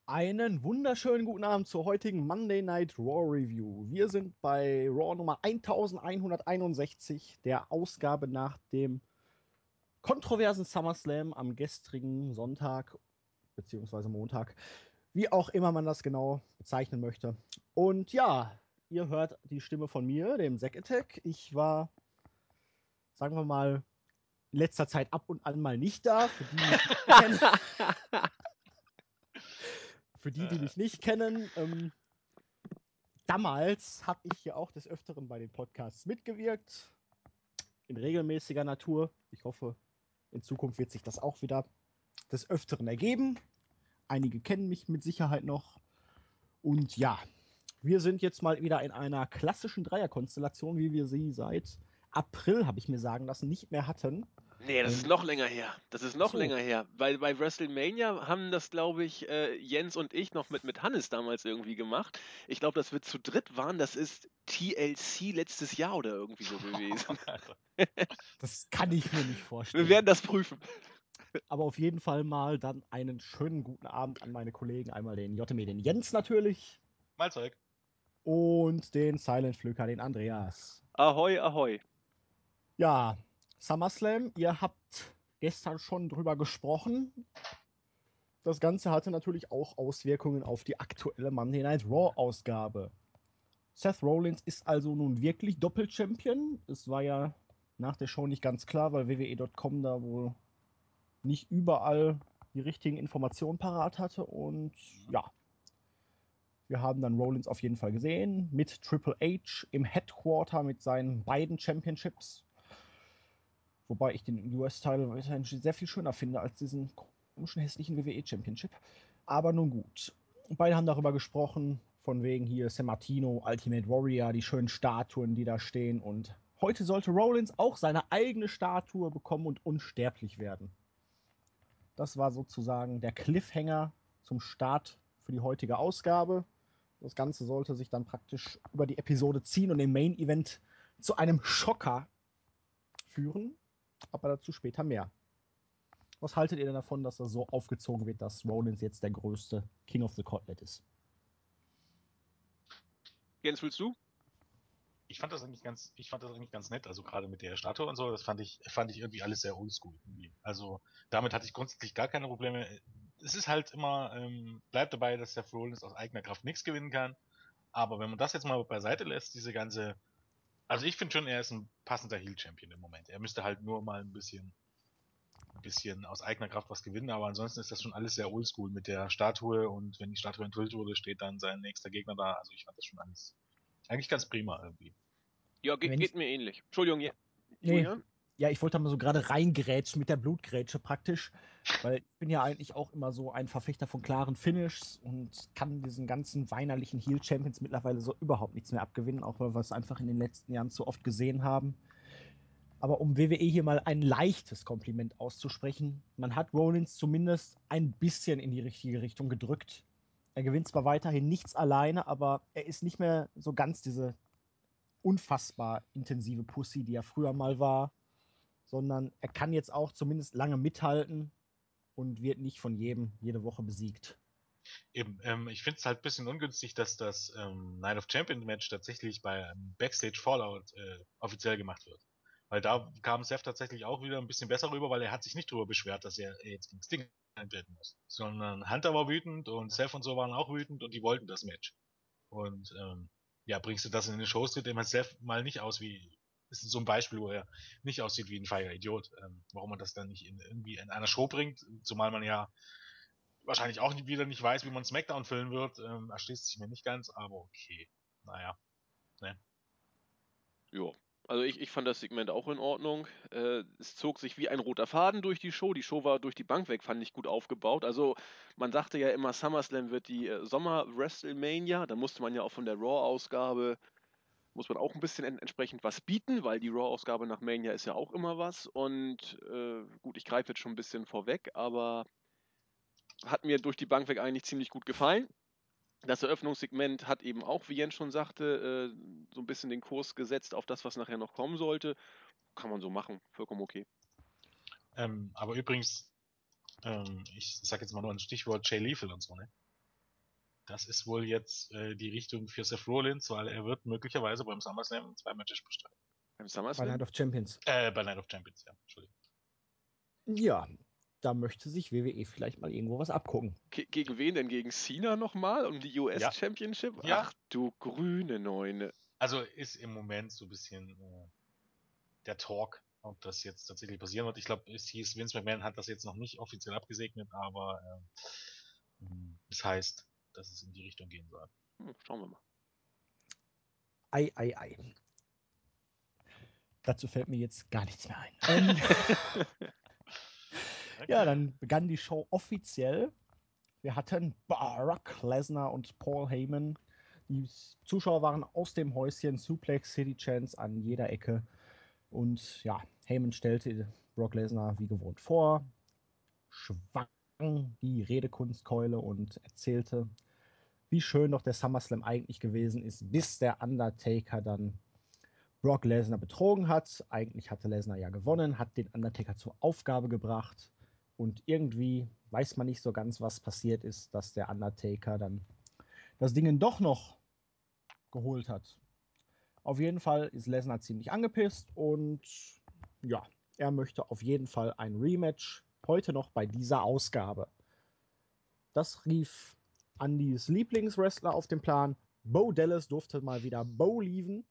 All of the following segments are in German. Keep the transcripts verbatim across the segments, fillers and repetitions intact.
Einen wunderschönen guten Abend zur heutigen Monday Night Raw Review. Wir sind bei Raw Nummer elfhunderteinundsechzig, der Ausgabe nach dem kontroversen SummerSlam am gestrigen Sonntag beziehungsweise Montag, wie auch immer man das genau bezeichnen möchte. Und ja, ihr hört die Stimme von mir, dem Zack Attack. Ich war, sagen wir mal, in letzter Zeit ab und an mal nicht da. Für die, mich nicht kennen, für die, die mich nicht kennen, ähm, damals habe ich hier auch des Öfteren bei den Podcasts mitgewirkt, in regelmäßiger Natur. Ich hoffe, in Zukunft wird sich das auch wieder des Öfteren ergeben. Einige kennen mich mit Sicherheit noch. Und ja, wir sind jetzt mal wieder in einer klassischen Dreierkonstellation, wie wir sie seit April, habe ich mir sagen lassen, nicht mehr hatten. Nee, das ist noch länger her. Das ist noch so. länger her. Weil bei WrestleMania haben das, glaube ich, äh, Jens und ich noch mit, mit Hannes damals irgendwie gemacht. Ich glaube, dass wir zu dritt waren. Das ist T L C letztes Jahr oder irgendwie so gewesen. Das kann ich mir nicht Wir vorstellen. werden das prüfen. Aber auf jeden Fall mal dann einen schönen guten Abend an meine Kollegen. Einmal den J M E, den Jens natürlich. Mahlzeug. Und den Silent Flücker, den Andreas. Ahoi, ahoi. Ja, SummerSlam, ihr habt gestern schon drüber gesprochen. Das Ganze hatte natürlich auch Auswirkungen auf die aktuelle Monday Night Raw-Ausgabe. Seth Rollins ist also nun wirklich Doppel-Champion. Es war ja nach der Show nicht ganz klar, weil W W E Punkt com da wohl nicht überall die richtigen Informationen parat hatte. Und ja, wir haben dann Rollins auf jeden Fall gesehen mit Triple H im Headquarter mit seinen beiden Championships. Wobei ich den U S-Teil weiterhin sehr viel schöner finde als diesen komischen, hässlichen W W E-Championship. Aber nun gut. Beide haben darüber gesprochen, von wegen hier San Martino, Ultimate Warrior, die schönen Statuen, die da stehen. Und heute sollte Rollins auch seine eigene Statue bekommen und unsterblich werden. Das war sozusagen der Cliffhanger zum Start für die heutige Ausgabe. Das Ganze sollte sich dann praktisch über die Episode ziehen und im Main Event zu einem Schocker führen. Aber dazu später mehr. Was haltet ihr denn davon, dass das so aufgezogen wird, dass Rollins jetzt der größte King of the Cotlet ist? Jens, willst du? Ich fand das eigentlich ganz, ich fand das eigentlich ganz nett, also gerade mit der Statue und so, das fand ich, fand ich irgendwie alles sehr oldschool irgendwie. Also damit hatte ich grundsätzlich gar keine Probleme. Es ist halt immer, ähm, bleibt dabei, dass der Rollins aus eigener Kraft nichts gewinnen kann. Aber wenn man das jetzt mal beiseite lässt, diese ganze, also ich finde schon, er ist ein passender Heel-Champion im Moment. Er müsste halt nur mal ein bisschen, ein bisschen aus eigener Kraft was gewinnen, aber ansonsten ist das schon alles sehr oldschool mit der Statue und wenn die Statue enthüllt wurde, steht dann sein nächster Gegner da. Also ich fand das schon alles eigentlich ganz prima irgendwie. Ja, ge Wenn ich, geht mir ähnlich. Entschuldigung, Je nee, Julian? ja, ich wollte da mal so gerade reingrätschen mit der Blutgrätsche praktisch, weil ich bin ja eigentlich auch immer so ein Verfechter von klaren Finishes und kann diesen ganzen weinerlichen Heel-Champions mittlerweile so überhaupt nichts mehr abgewinnen, auch weil wir es einfach in den letzten Jahren zu oft gesehen haben. Aber um W W E hier mal ein leichtes Kompliment auszusprechen, man hat Rollins zumindest ein bisschen in die richtige Richtung gedrückt. Er gewinnt zwar weiterhin nichts alleine, aber er ist nicht mehr so ganz diese unfassbar intensive Pussy, die er früher mal war, sondern er kann jetzt auch zumindest lange mithalten und wird nicht von jedem jede Woche besiegt. Eben, ähm, ich finde es halt ein bisschen ungünstig, dass das ähm, Night of Champions Match tatsächlich bei ähm, Backstage Fallout äh, offiziell gemacht wird. Weil da kam Seth tatsächlich auch wieder ein bisschen besser rüber, weil er hat sich nicht darüber beschwert, dass er äh, jetzt gegen Sting antreten muss. Sondern Hunter war wütend und Seth und so waren auch wütend und die wollten das Match. Und ähm, ja, bringst du das in den Shows, sieht immer Seth mal nicht aus wie, ist so ein Beispiel, wo er nicht aussieht wie ein feiger Idiot. Ähm, warum man das dann nicht in, irgendwie in einer Show bringt, zumal man ja wahrscheinlich auch wieder nicht weiß, wie man SmackDown füllen wird, ähm, erschließt sich mir nicht ganz, aber okay. Naja, ne. Jo. Also ich, ich fand das Segment auch in Ordnung. Äh, es zog sich wie ein roter Faden durch die Show. Die Show war durch die Bank weg, fand ich gut aufgebaut. Also man sagte ja immer, SummerSlam wird die äh, Sommer-WrestleMania. Da musste man ja auch von der Raw-Ausgabe, muss man auch ein bisschen en entsprechend was bieten, weil die Raw-Ausgabe nach Mania ist ja auch immer was. Und äh, gut, ich greife jetzt schon ein bisschen vorweg, aber hat mir durch die Bank weg eigentlich ziemlich gut gefallen. Das Eröffnungssegment hat eben auch, wie Jens schon sagte, äh, so ein bisschen den Kurs gesetzt auf das, was nachher noch kommen sollte. Kann man so machen, vollkommen okay. Ähm, aber übrigens, ähm, ich sag jetzt mal nur ein Stichwort Jay Lethal und so, ne? das ist wohl jetzt äh, die Richtung für Seth Rollins, weil er wird möglicherweise beim SummerSlam zwei Matches bestreiten. Beim Bei SummerSlam? Night of Champions. Äh, bei Night of Champions, ja, Entschuldigung. Ja, da möchte sich W W E vielleicht mal irgendwo was abgucken. Ge gegen wen denn? Gegen Cena nochmal? Um die U S Ja. Championship? Ja. Ach du grüne Neune. Also ist im Moment so ein bisschen äh, der Talk, ob das jetzt tatsächlich passieren wird. Ich glaube, es hieß, Vince McMahon hat das jetzt noch nicht offiziell abgesegnet, aber äh, das heißt, dass es in die Richtung gehen soll. Hm, schauen wir mal. Ei, ei, ei. Dazu fällt mir jetzt gar nichts mehr ein. Ähm, ja, dann begann die Show offiziell. Wir hatten Brock Lesnar und Paul Heyman. Die Zuschauer waren aus dem Häuschen, Suplex City Chants an jeder Ecke. Und ja, Heyman stellte Brock Lesnar wie gewohnt vor, schwang die Redekunstkeule und erzählte, wie schön doch der SummerSlam eigentlich gewesen ist, bis der Undertaker dann Brock Lesnar betrogen hat. Eigentlich hatte Lesnar ja gewonnen, hat den Undertaker zur Aufgabe gebracht. Und irgendwie weiß man nicht so ganz, was passiert ist, dass der Undertaker dann das Ding doch noch geholt hat. Auf jeden Fall ist Lesnar ziemlich angepisst und ja, er möchte auf jeden Fall ein Rematch heute noch bei dieser Ausgabe. Das rief Andys Lieblingswrestler auf den Plan. Bo Dallas durfte mal wieder Bo leaven.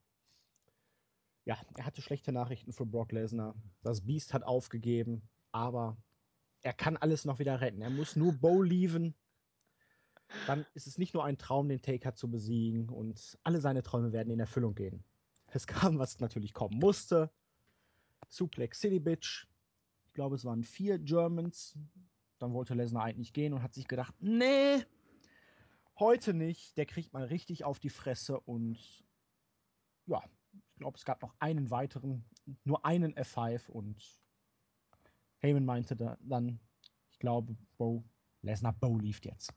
Ja, er hatte schlechte Nachrichten für Brock Lesnar. Das Biest hat aufgegeben, aber er kann alles noch wieder retten. Er muss nur Bo leaven. Dann ist es nicht nur ein Traum, den Taker zu besiegen und alle seine Träume werden in Erfüllung gehen. Es kam, was natürlich kommen musste. Suplex City Bitch. Ich glaube, es waren vier Germans. Dann wollte Lesnar eigentlich gehen und hat sich gedacht, nee, heute nicht. Der kriegt mal richtig auf die Fresse und ja, ich glaube, es gab noch einen weiteren, nur einen F fünf und Heyman meinte da, dann, ich glaube, Bo, Lesnar Bo lief jetzt.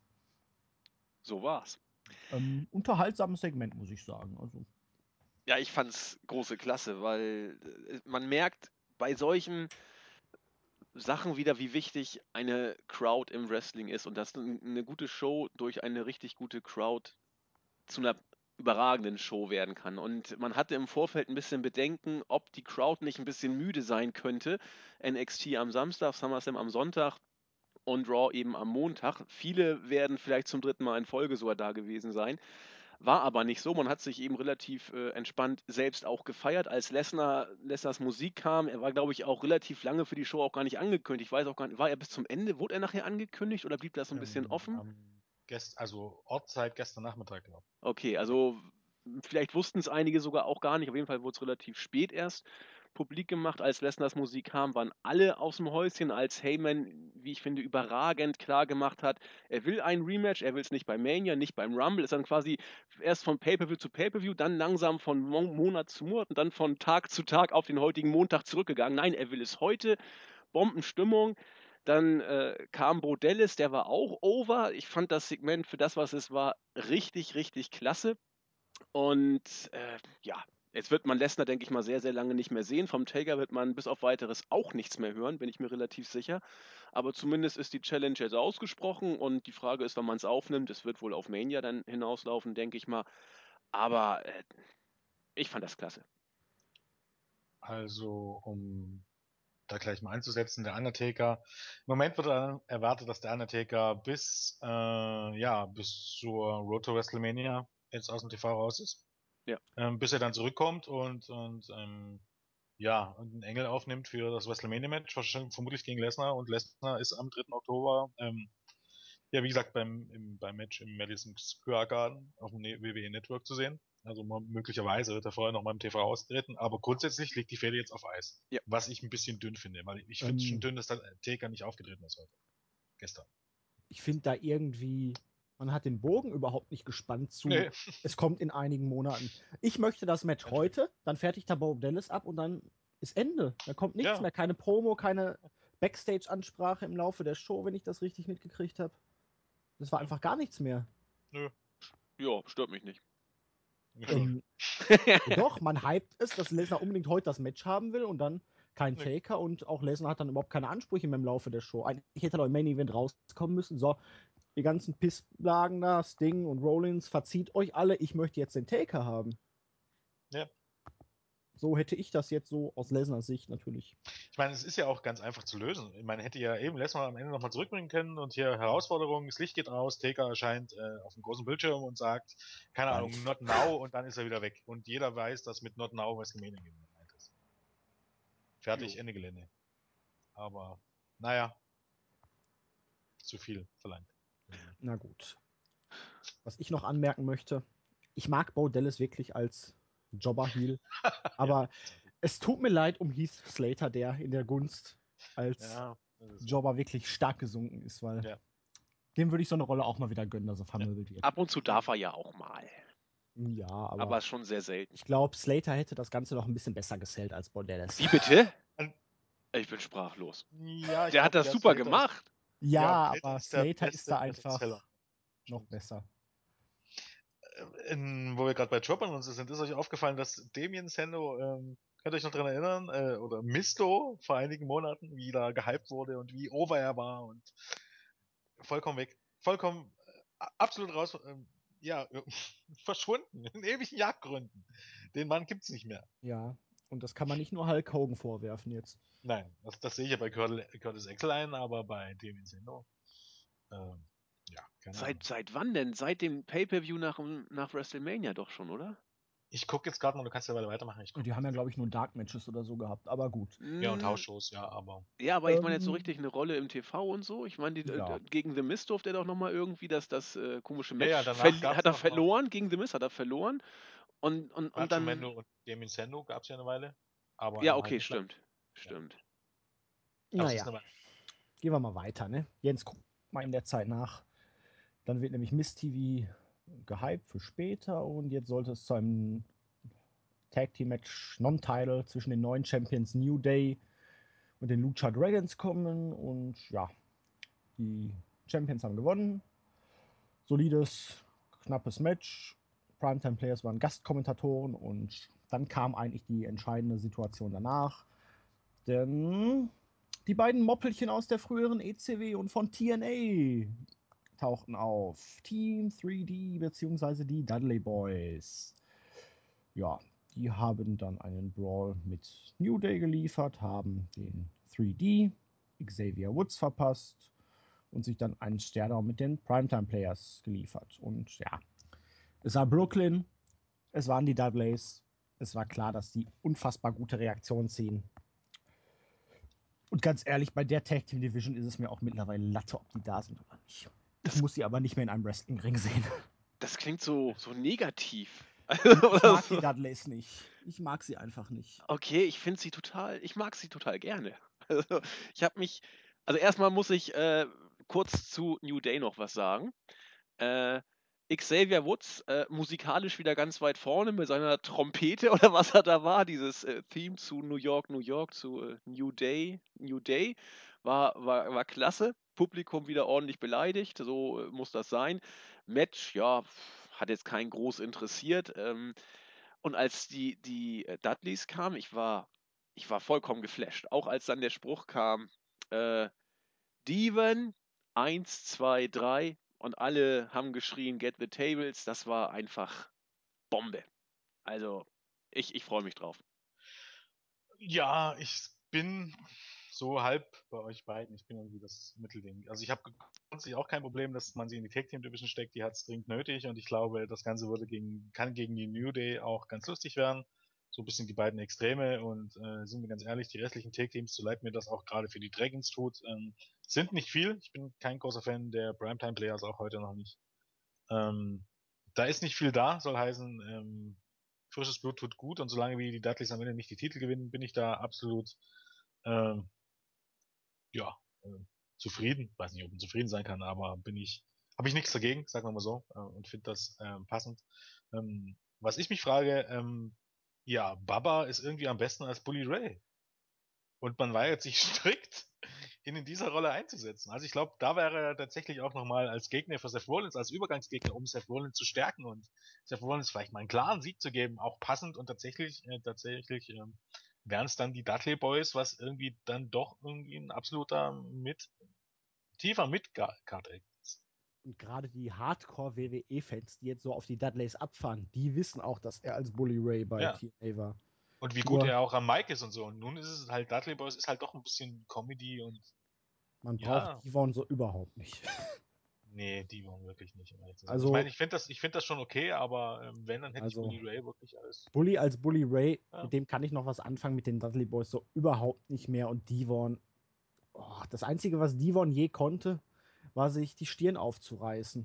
So war's. Ähm, unterhaltsames Segment, muss ich sagen. Also, Ja, ich fand's große Klasse, weil äh, man merkt bei solchen Sachen wieder, wie wichtig eine Crowd im Wrestling ist und dass n- eine gute Show durch eine richtig gute Crowd zu einer überragenden Show werden kann. Und man hatte im Vorfeld ein bisschen Bedenken, ob die Crowd nicht ein bisschen müde sein könnte. N X T am Samstag, SummerSlam am Sonntag und Raw eben am Montag. Viele werden vielleicht zum dritten Mal in Folge sogar da gewesen sein. War aber nicht so. Man hat sich eben relativ äh, entspannt selbst auch gefeiert, als Lesnar, Lesnars Musik kam. Er war, glaube ich, auch relativ lange für die Show auch gar nicht angekündigt. Ich weiß auch gar nicht, war er bis zum Ende? Wurde er nachher angekündigt oder blieb das so ein bisschen Ähm, offen? am gest also Ortszeit gestern Nachmittag, genau. Okay, also vielleicht wussten es einige sogar auch gar nicht. Auf jeden Fall wurde es relativ spät erst publik gemacht. Als Lesnars Musik kam, waren alle aus dem Häuschen, als Heyman, wie ich finde, überragend klar gemacht hat, er will ein Rematch, er will es nicht bei Mania, nicht beim Rumble, ist dann quasi erst von Pay-Per-View zu Pay-Per-View, dann langsam von Mon Monat zu Monat und dann von Tag zu Tag auf den heutigen Montag zurückgegangen. Nein, er will es heute. Bombenstimmung. Dann äh, kam Bo Dallas, der war auch over. Ich fand das Segment für das, was es war, richtig, richtig klasse. Und äh, ja, jetzt wird man Lesnar, denke ich mal, sehr, sehr lange nicht mehr sehen. Vom Taker wird man bis auf weiteres auch nichts mehr hören, bin ich mir relativ sicher. Aber zumindest ist die Challenge jetzt ausgesprochen und die Frage ist, wann man es aufnimmt. Es wird wohl auf Mania dann hinauslaufen, denke ich mal. Aber äh, ich fand das klasse. Also, um da gleich mal einzusetzen, der Undertaker. Im Moment wird erwartet, dass der Undertaker bis, äh, ja, bis zur Road to WrestleMania jetzt aus dem T V raus ist. Ja. Ähm, bis er dann zurückkommt und, und ähm, ja, einen Engel aufnimmt für das WrestleMania-Match, wahrscheinlich vermutlich gegen Lesnar. Und Lesnar ist am dritten Oktober, ähm, ja, wie gesagt, beim, im, beim Match im Madison Square Garden auf dem W W E Network zu sehen. Also möglicherweise wird er vorher noch mal im T V austreten, aber grundsätzlich liegt die Fehde jetzt auf Eis. Ja. Was ich ein bisschen dünn finde, weil ich finde es Ähm. schon dünn, dass der Taker nicht aufgetreten ist heute. Gestern. ich finde da irgendwie, man hat den Bogen überhaupt nicht gespannt zu, Nee. es kommt in einigen Monaten. Ich möchte das Match heute, dann fertigt da Bo Dallas ab und dann ist Ende. Da kommt nichts Ja. mehr, keine Promo, keine Backstage-Ansprache im Laufe der Show, wenn ich das richtig mitgekriegt habe. Das war Ja. einfach gar nichts mehr. Nö. Ja, stört mich nicht. Mich Ähm, doch, man hypt es, dass Lesnar unbedingt heute das Match haben will und dann kein Nee. Taker und auch Lesnar hat dann überhaupt keine Ansprüche mehr im Laufe der Show. Eigentlich hätte er doch im Main Event rauskommen müssen. So, die ganzen Pisslagen da, Sting und Rollins, verzieht euch alle, ich möchte jetzt den Taker haben. Ja. So hätte ich das jetzt so aus Lesners Sicht natürlich. Ich meine, es ist ja auch ganz einfach zu lösen. Ich meine, hätte ja eben Lesnar am Ende nochmal zurückbringen können und hier Herausforderung, das Licht geht aus, Taker erscheint äh, auf dem großen Bildschirm und sagt, keine Dann- Ahnung, not now, und dann ist er wieder weg. Und jeder weiß, dass mit not now WrestleMania gemeint ist. Fertig, Jo. Ende Gelände. Aber, naja, zu viel verlangt. Na gut. Was ich noch anmerken möchte, ich mag Bo Dallas wirklich als Jobber-Heel, aber Ja, es tut mir leid um Heath Slater, der in der Gunst als ja, das ist Jobber wirklich stark gesunken ist, weil Ja. dem würde ich so eine Rolle auch mal wieder gönnen, dass er vermöbelt wird. Ab und zu darf er ja auch mal. Ja, aber, Aber schon sehr selten. ich glaube, Slater hätte das Ganze noch ein bisschen besser gesellt als Bo Dallas. Wie bitte? Und- Ich bin sprachlos. Ja, ich Der hat glaub, das ja, super Slater gemacht. Ja, Ja, aber ist der Slater ist beste da Best einfach Seller. noch Stimmt. besser. Äh, In, wo wir gerade bei Jobbern und so sind, ist euch aufgefallen, dass Damien Sandow, ähm, könnt ihr euch noch dran erinnern, äh, oder Misto vor einigen Monaten, wie da gehypt wurde und wie over er war und vollkommen weg, vollkommen äh, absolut raus, ähm, ja, verschwunden, in ewigen Jagdgründen. Den Mann gibt's nicht mehr. Ja, und das kann man nicht nur Hulk Hogan vorwerfen jetzt. Nein, das, das sehe ich ja bei Curtis, Curtis Axel ein, aber bei Damien Sandow, ähm, ja, keine Ahnung. Seit, seit wann denn? Seit dem Pay-Per-View nach, nach WrestleMania doch schon, oder? Ich gucke jetzt gerade mal, du kannst ja weiter weitermachen. Ich guck. Die haben ja, glaube ich, nur Dark Matches oder so gehabt, aber gut. Ja, und Mm, Hausshows, ja, aber. Ja, aber ich meine jetzt so Ähm, richtig eine Rolle im T V und so. Ich meine, die, Ja. äh, gegen The Miz durfte er doch nochmal irgendwie das, das äh, komische Ja, Match. ja, danach verli- gab's hat er noch- noch- verloren, gegen The Miz hat er verloren. Und, und, und Macho dann. Mendo und Damien Sandow gab es ja eine Weile, aber Ja, ähm, halt okay, nicht lang. stimmt. Stimmt. Aber es ist Naja, eine Weile. gehen wir mal weiter, ne? Jens, guck mal in der Zeit nach. Dann wird nämlich Miss T V gehypt für später und jetzt sollte es zu einem Tag Team Match Non-Title zwischen den neuen Champions New Day und den Lucha Dragons kommen und ja, die Champions haben gewonnen. Solides, knappes Match. Primetime Players waren Gastkommentatoren und dann kam eigentlich die entscheidende Situation danach. Denn die beiden Moppelchen aus der früheren E C W und von T N A tauchten auf. Team drei D bzw. die Dudley Boys. Ja, die haben dann einen Brawl mit New Day geliefert, haben den drei D Xavier Woods verpasst und sich dann einen Stern mit den Primetime Players geliefert. Und ja, es war Brooklyn, es waren die Dudleys. Es war klar, dass die unfassbar gute Reaktion ziehen. Und ganz ehrlich, bei der Tag Team Division ist es mir auch mittlerweile Latte, ob die da sind oder nicht. Ich muss sie aber nicht mehr in einem Wrestling-Ring sehen. Das klingt so, so negativ. Ich Oder mag so. die Dudleys nicht. Ich mag sie einfach nicht. Okay, ich finde sie total, ich mag sie total gerne. Also, ich habe mich, also erstmal muss ich äh, kurz zu New Day noch was sagen. Äh, Xavier Woods äh, musikalisch wieder ganz weit vorne mit seiner Trompete oder was er da war, dieses äh, Theme zu New York, New York, zu äh, New Day, New Day, war, war, war klasse. Publikum wieder ordentlich beleidigt, so äh, muss das sein. Match, ja, hat jetzt keinen groß interessiert. Ähm, und als die, die äh, Dudleys kamen, ich war, ich war vollkommen geflasht. Auch als dann der Spruch kam, äh, Steven, eins, zwei, drei und alle haben geschrien, get the tables, das war einfach Bombe. Also, ich, ich freue mich drauf. Ja, ich bin so halb bei euch beiden. Ich bin irgendwie das Mittelding. Also ich habe grundsätzlich auch kein Problem, dass man sie in die Tag Team Division steckt. Die hat es dringend nötig und ich glaube, das Ganze würde gegen, kann gegen die New Day auch ganz lustig werden. So ein bisschen die beiden Extreme und äh, sind wir ganz ehrlich, die restlichen Tag Teams, so leid mir das auch gerade für die Dragons tut, ähm, sind nicht viel. Ich bin kein großer Fan der Primetime Players, auch heute noch nicht. Ähm, da ist nicht viel da, soll heißen, ähm, frisches Blut tut gut und solange wie die Dudleys am Ende nicht die Titel gewinnen, bin ich da absolut ähm, ja, äh, zufrieden. Weiß nicht, ob man zufrieden sein kann, aber bin ich, habe ich nichts dagegen, sagen wir mal so, äh, und finde das ähm, passend. Ähm, was ich mich frage, ähm, ja, Baba ist irgendwie am besten als Bully Ray. Und man weigert sich strikt, ihn in dieser Rolle einzusetzen. Also ich glaube, da wäre er tatsächlich auch nochmal als Gegner für Seth Rollins, als Übergangsgegner, um Seth Rollins zu stärken und Seth Rollins vielleicht mal einen klaren Sieg zu geben, auch passend und tatsächlich, äh, tatsächlich ähm, wären es dann die Dudley Boys, was irgendwie dann doch irgendwie ein absoluter mit tiefer Midcard ist. Und gerade die Hardcore-W W E-Fans, die jetzt so auf die Dudleys abfahren, die wissen auch, dass er als Bully Ray bei Ja. T N A war. Und wie gut Nur- er auch am Mic ist und so. Und nun ist es halt, Dudley Boys ist halt doch ein bisschen Comedy und Man Ja. braucht Devon so überhaupt nicht. nee, die waren wirklich nicht. Um ehrlich zu sein. Also- ich meine, ich finde das, ich find das schon okay, aber ähm, wenn, dann hätte Also- ich Bully Ray wirklich alles. Bully als Bully Ray, Ja. mit dem kann ich noch was anfangen, mit den Dudley Boys so überhaupt nicht mehr. Und Devon, oh, das Einzige, was Devon je konnte, war sich die Stirn aufzureißen.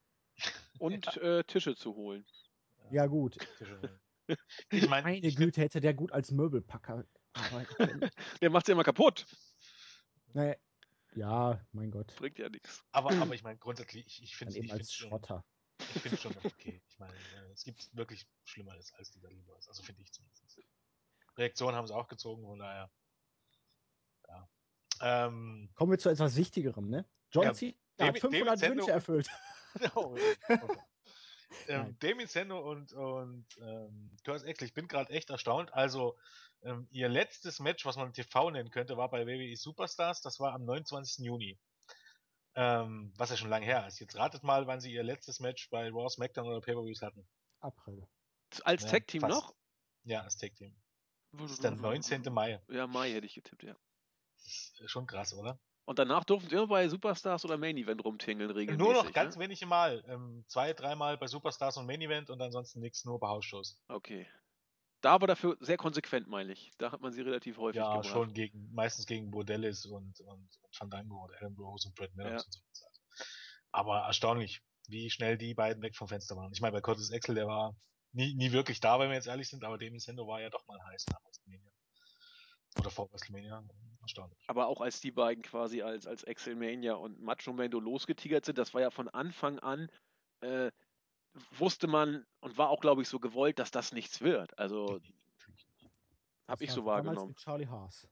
Und äh, Tische zu holen. Ja gut, Ich meine, meine ich find, Güte, hätte der gut als Möbelpacker arbeiten können. Der macht's ja immer kaputt. Naja, ja, mein Gott. Bringt ja nichts. aber, aber ich meine, grundsätzlich, ich, ich finde Dann eben ich als find's schon, Schrotter. ich finde schon okay. Ich meine, äh, es gibt wirklich Schlimmeres als die Dudley Boys. Also finde ich zumindest. Reaktionen haben sie auch gezogen, von daher. Ja. Ähm, Kommen wir zu etwas Wichtigerem, ne? John Ja, Cena hat David- fünfhundert David Wünsche Sendo- erfüllt. oh, okay. ähm, Nein. Damien Sandow und, und ähm, Curtis Axel, ich bin gerade echt erstaunt. Also, ähm, ihr letztes Match, was man T V nennen könnte, war bei W W E Superstars. Das war am neunundzwanzigsten Juni. Ähm, was ja schon lange her ist. Jetzt ratet mal, wann sie ihr letztes Match bei Raw, SmackDown oder Pay-Per-Views hatten. April. Als Ja, Tag-Team fast. noch? Ja, als Tag-Team. Das ist der neunzehnten Mai. Ja, Mai hätte ich getippt, ja. Das ist schon krass, oder? Und danach durften sie immer bei Superstars oder Main Event rumtingeln regelmäßig. Nur noch ganz ne? wenige Mal. Ähm, zwei, dreimal bei Superstars und Main Event und ansonsten nichts, nur bei Hausshows. Okay. Da aber dafür sehr konsequent, meine ich. Da hat man sie relativ häufig Ja, gebracht. schon gegen, meistens gegen Bordellis und, und, und Fandango und Adam Rose und Brad Mills Ja. und so. Aber erstaunlich, wie schnell die beiden weg vom Fenster waren. Ich meine, bei Curtis Axel, der war nie, nie wirklich da, wenn wir jetzt ehrlich sind, aber Damien Sandow war ja doch mal heiß nach WrestleMania. Oder vor WrestleMania. Erstaunlich. Aber auch als die beiden quasi als, als Axelmania und Macho Mando losgetigert sind, das war ja von Anfang an, äh, wusste man und war auch, glaube ich, so gewollt, dass das nichts wird. Also, habe Das ich war so wie damals wahrgenommen. mit Charlie Haas.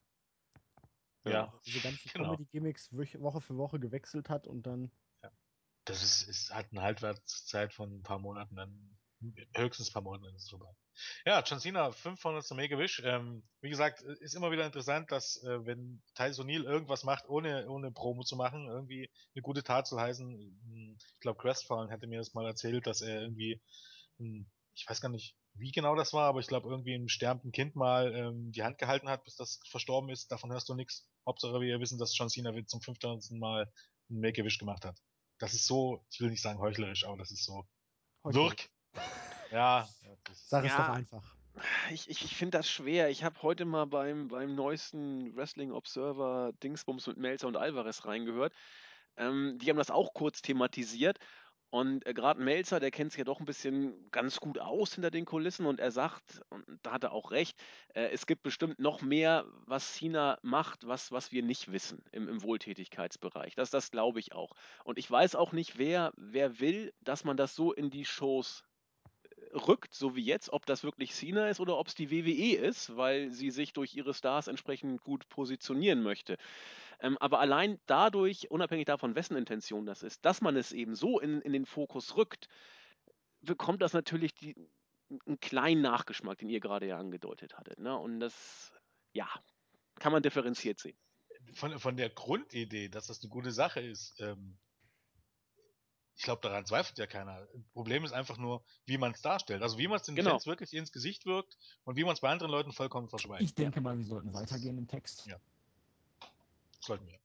Ja, Diese ganzen genau. Comedy-Gimmicks wöch- Woche für Woche gewechselt hat und dann. Das ist, ist hat eine Halbwertszeit von ein paar Monaten, dann höchstens ein paar Monaten ist es vorbei. Ja, John Cena, fünfhundertste Make-A-Wish. Ähm, wie gesagt, ist immer wieder interessant, dass äh, wenn Tyson O'Neill irgendwas macht, ohne, ohne Promo zu machen, irgendwie eine gute Tat zu heißen. ähm, Ich glaube, Crestfallen hatte mir das mal erzählt, dass er irgendwie, ähm, ich weiß gar nicht, wie genau das war, aber ich glaube, irgendwie einem sterbenden Kind mal ähm, die Hand gehalten hat, bis das verstorben ist. Davon hörst du nichts. Hauptsache, wir wissen, dass John Cena zum fünfhundertsten Mal ein Make-A-Wish gemacht hat. Das ist so, ich will nicht sagen heuchlerisch, aber das ist so. Wirk. Ja. Sag es Ja. doch einfach. Ich, ich, ich finde das schwer. Ich habe heute mal beim, beim neuesten Wrestling Observer Dingsbums mit Melzer und Alvarez reingehört. Ähm, die haben das auch kurz thematisiert. Und äh, gerade Melzer, der kennt sich ja doch ein bisschen ganz gut aus hinter den Kulissen und er sagt, und da hat er auch recht, äh, es gibt bestimmt noch mehr, was Cena macht, was, was wir nicht wissen im, im Wohltätigkeitsbereich. Das, das glaube ich auch. Und ich weiß auch nicht, wer, wer will, dass man das so in die Shows rückt, so wie jetzt, ob das wirklich Cena ist oder ob es die W W E ist, weil sie sich durch ihre Stars entsprechend gut positionieren möchte. Ähm, aber allein dadurch, unabhängig davon, wessen Intention das ist, dass man es eben so in, in den Fokus rückt, bekommt das natürlich die, einen kleinen Nachgeschmack, den ihr gerade ja angedeutet hattet. Ne? Und das, ja, kann man differenziert sehen. Von, von der Grundidee, dass das eine gute Sache ist, ähm, ich glaube, daran zweifelt ja keiner. Problem ist einfach nur, wie man es darstellt. Also wie man es den Genau. Fans wirklich ins Gesicht wirkt und wie man es bei anderen Leuten vollkommen verschweigt. Ich denke mal, wir sollten weitergehen im Text. Ja. Sollten wir.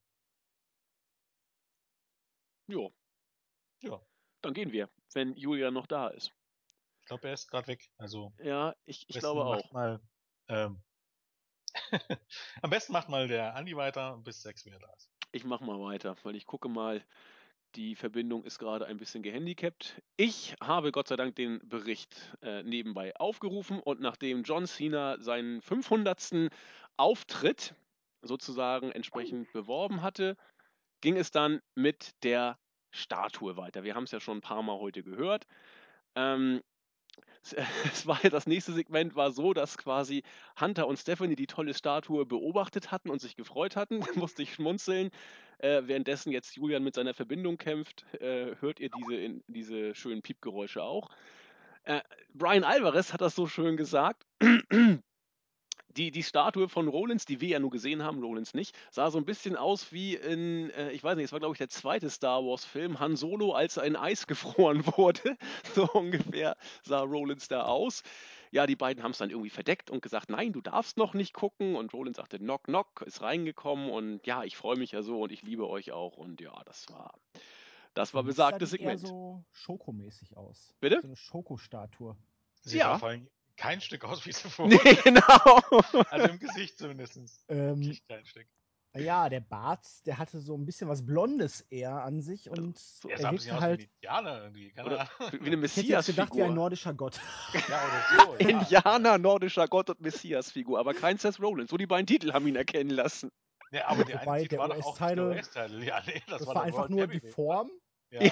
Jo. Ja. Dann gehen wir, wenn Julia noch da ist. Ich glaube, er ist gerade weg. Also Ja, ich, ich besten glaube macht auch. Mal, ähm, am besten macht mal der Andi weiter, bis sechs wieder da ist. Ich mache mal weiter, weil ich gucke mal, die Verbindung ist gerade ein bisschen gehandicapt. Ich habe Gott sei Dank den Bericht äh, nebenbei aufgerufen und nachdem John Cena seinen fünfhundertsten Auftritt sozusagen entsprechend beworben hatte, ging es dann mit der Statue weiter. Wir haben es ja schon ein paar Mal heute gehört. Ähm, es war ja das nächste Segment war so, dass quasi Hunter und Stephanie die tolle Statue beobachtet hatten und sich gefreut hatten. Da musste ich schmunzeln. Äh, währenddessen jetzt Julian mit seiner Verbindung kämpft, äh, hört ihr diese, in, diese schönen Piepgeräusche auch. Äh, Brian Alvarez hat das so schön gesagt. die, die Statue von Rollins, die wir ja nur gesehen haben, Rollins nicht, sah so ein bisschen aus wie in, äh, ich weiß nicht, es war glaube ich der zweite Star Wars Film, Han Solo, als er in Eis gefroren wurde. So ungefähr sah Rollins da aus. Ja, die beiden haben es dann irgendwie verdeckt und gesagt, nein, du darfst noch nicht gucken. Und Rollins sagte, knock, knock, ist reingekommen und ja, ich freue mich ja so und ich liebe euch auch. Und ja, das war, das Für war mich sah besagtes die eher Segment. so Schokomäßig aus. Bitte? So eine Schokostatue. Sie sah Ja. vor allem kein Stück aus wie zuvor. Nee, genau. Also im Gesicht zumindest. Ähm, Wirklich kein Stück. ja, der Bart, der hatte so ein bisschen was Blondes eher an sich und So, Er er sah ein bisschen wirkte aus wie halt. ein Indianer irgendwie. Keine Oder Ahnung. wie wie eine Ich hätte jetzt gedacht, wie ein Messias-Figur. nordischer Gott. Ja, oder so. Ja. Indianer, nordischer Gott und Messias-Figur, aber kein Seth Rollins. So die beiden Titel haben ihn erkennen lassen. Nee, aber der eine Wobei, Titel der war doch auch nicht der U S-Title, U S-Title. Ja, nee, das, das war war der einfach World nur die Heavyweight, oder? Form. Ja.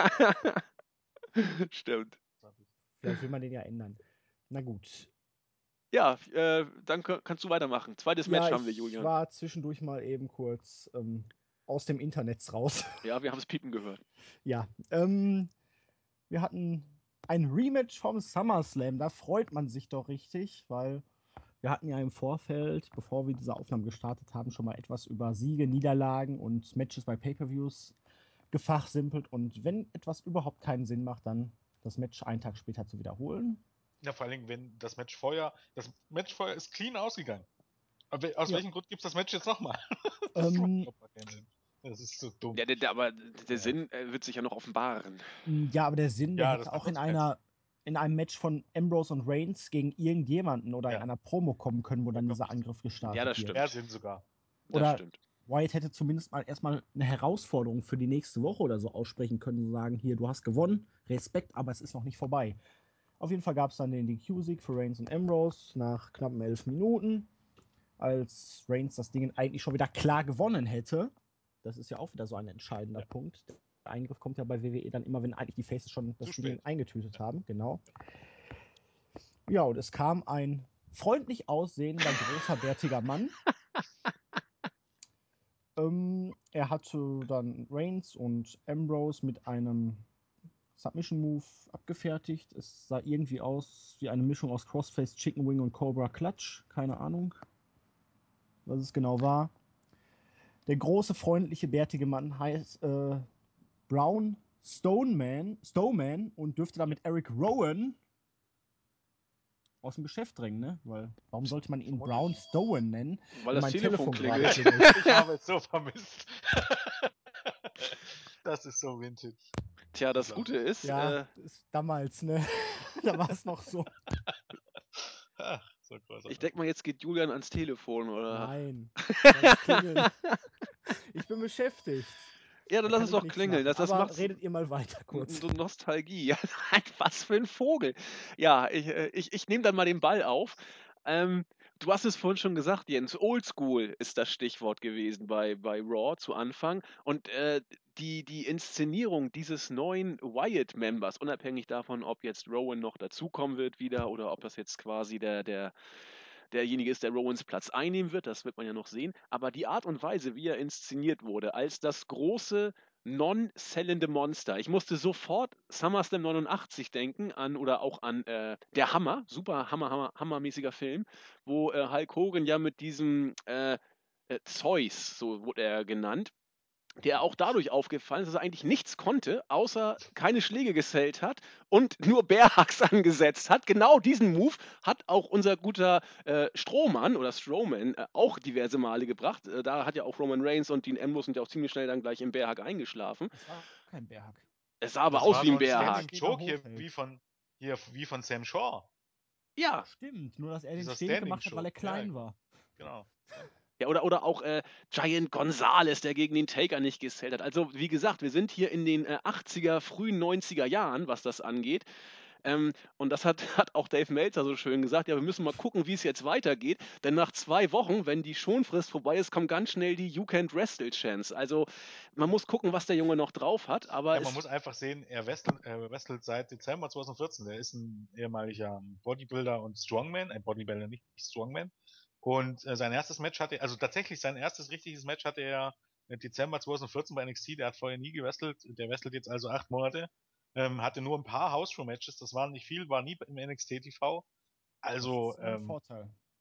Ja. Stimmt. Vielleicht will man den ja ändern. Na gut. Ja, äh, dann k- kannst du weitermachen. Zweites Ja, Match haben wir, ich Julian. war zwischendurch mal eben kurz ähm, aus dem Internet raus. Ja, wir haben es piepen gehört. Ja, ähm, wir hatten ein Rematch vom SummerSlam. Da freut man sich doch richtig, weil wir hatten ja im Vorfeld, bevor wir diese Aufnahmen gestartet haben, schon mal etwas über Siege, Niederlagen und Matches bei Pay-Per-Views gefachsimpelt. Und wenn etwas überhaupt keinen Sinn macht, dann das Match einen Tag später zu wiederholen. Ja, vor allem, wenn das Match vorher, das Match vorher ist clean ausgegangen. Aber we- aus Ja. welchem Grund gibt es das Match jetzt nochmal? das Ähm, macht überhaupt gar keinen Sinn. Das ist so dumm. Ja, der, der, aber der Sinn äh, wird sich ja noch offenbaren. Ja, aber der Sinn, der Ja, hätte das auch macht in trotzdem einer in einem Match von Ambrose und Reigns gegen irgendjemanden oder Ja. in einer Promo kommen können, wo dann Vollkommen dieser richtig. Angriff gestartet Ja, das wird. stimmt. Mehr Sinn sogar. Das Oder stimmt. Wyatt hätte zumindest mal erstmal eine Herausforderung für die nächste Woche oder so aussprechen können, so sagen, hier, du hast gewonnen, Respekt, aber es ist noch nicht vorbei. Auf jeden Fall gab es dann den D Q-Sieg für Reigns und Ambrose nach knappen elf Minuten, als Reigns das Ding eigentlich schon wieder klar gewonnen hätte. Das ist ja auch wieder so ein entscheidender Ja. Punkt. Der Eingriff kommt ja bei W W E dann immer, wenn eigentlich die Faces schon das Zu Ding spät. eingetütet Ja. haben, genau. Ja, und es kam ein freundlich aussehender, großer, bärtiger Mann. ähm, er hatte dann Reigns und Ambrose mit einem Submission Move abgefertigt. Es sah irgendwie aus wie eine Mischung aus Crossface, Chicken Wing und Cobra Clutch. Keine Ahnung, was es genau war. Der große, freundliche, bärtige Mann heißt äh, Brown Stoneman, Stoneman und dürfte damit Eric Rowan aus dem Geschäft drängen, ne? Weil, warum sollte man ihn Vermutlich. Brown Stowen nennen? Weil wenn das mein Telefon gerade klingelt. klingelt? Ich habe es so vermisst. Das ist so vintage. Tja, das Gute ist, Ja, äh, ist damals, ne? Da war es noch so. Ach, so großartig. ich denke mal, jetzt geht Julian ans Telefon, oder? Nein, lass es klingeln. Ich bin beschäftigt. Ja, dann Da lass kann es ich doch nichts klingeln. machen. Das, das Aber macht's redet ihr mal weiter kurz. so Nostalgie. Was für ein Vogel. Ja, ich, äh, ich, ich nehme dann mal den Ball auf. Ähm, du hast es vorhin schon gesagt, Jens. Oldschool ist das Stichwort gewesen bei, bei Raw zu Anfang. Und äh, die, die Inszenierung dieses neuen Wyatt-Members, unabhängig davon, ob jetzt Rowan noch dazukommen wird wieder oder ob das jetzt quasi der, der, derjenige ist, der Rowans Platz einnehmen wird, das wird man ja noch sehen. Aber die Art und Weise, wie er inszeniert wurde, als das große non-sellende Monster. Ich musste sofort SummerSlam neunundachtzig denken an oder auch an äh, Der Hammer, super Hammer, Hammer, hammermäßiger Film, wo äh, Hulk Hogan ja mit diesem äh, äh, Zeus, so wurde er genannt, der auch dadurch aufgefallen ist, dass er eigentlich nichts konnte, außer keine Schläge gesellt hat und nur Bearhacks angesetzt hat. Genau diesen Move hat auch unser guter äh, Strohmann oder Strowman äh, auch diverse Male gebracht. Äh, da hat ja auch Roman Reigns und Dean Ambrose sind ja auch ziemlich schnell dann gleich im Bearhack eingeschlafen. Das war kein Bärhack. Es sah aber Das aus war wie so ein ein Bearhack. Standing Joke hier Hochhält. wie von, hier wie von Sam Shaw. Ja. Stimmt, nur dass er den Dieser stehend Standing gemacht hat, weil er Joke. Ja, klein genau. war. Genau. Ja, oder, oder auch äh, Giant Gonzalez, der gegen den Taker nicht gesellt hat. Also, wie gesagt, wir sind hier in den äh, achtziger, frühen neunziger Jahren, was das angeht. Ähm, und das hat, hat auch Dave Meltzer so schön gesagt. Ja, wir müssen mal gucken, wie es jetzt weitergeht. Denn nach zwei Wochen, wenn die Schonfrist vorbei ist, kommt ganz schnell die You Can't Wrestle Chance. Also, man muss gucken, was der Junge noch drauf hat. Aber Ja, man es, muss einfach sehen, er wrestelt, er wrestelt seit Dezember zweitausendvierzehn. Der ist ein ehemaliger Bodybuilder und Strongman, ein Bodybuilder, nicht Strongman. Und äh, sein erstes Match hatte, also tatsächlich sein erstes richtiges Match hatte er im Dezember zweitausendvierzehn bei N X T. Der hat vorher nie gewrestelt. Der wrestelt jetzt also acht Monate. Ähm, hatte nur ein paar House-Show-Matches. Das waren nicht viel, war nie im N X T T V. Das Also, ist ein ähm, Vorteil.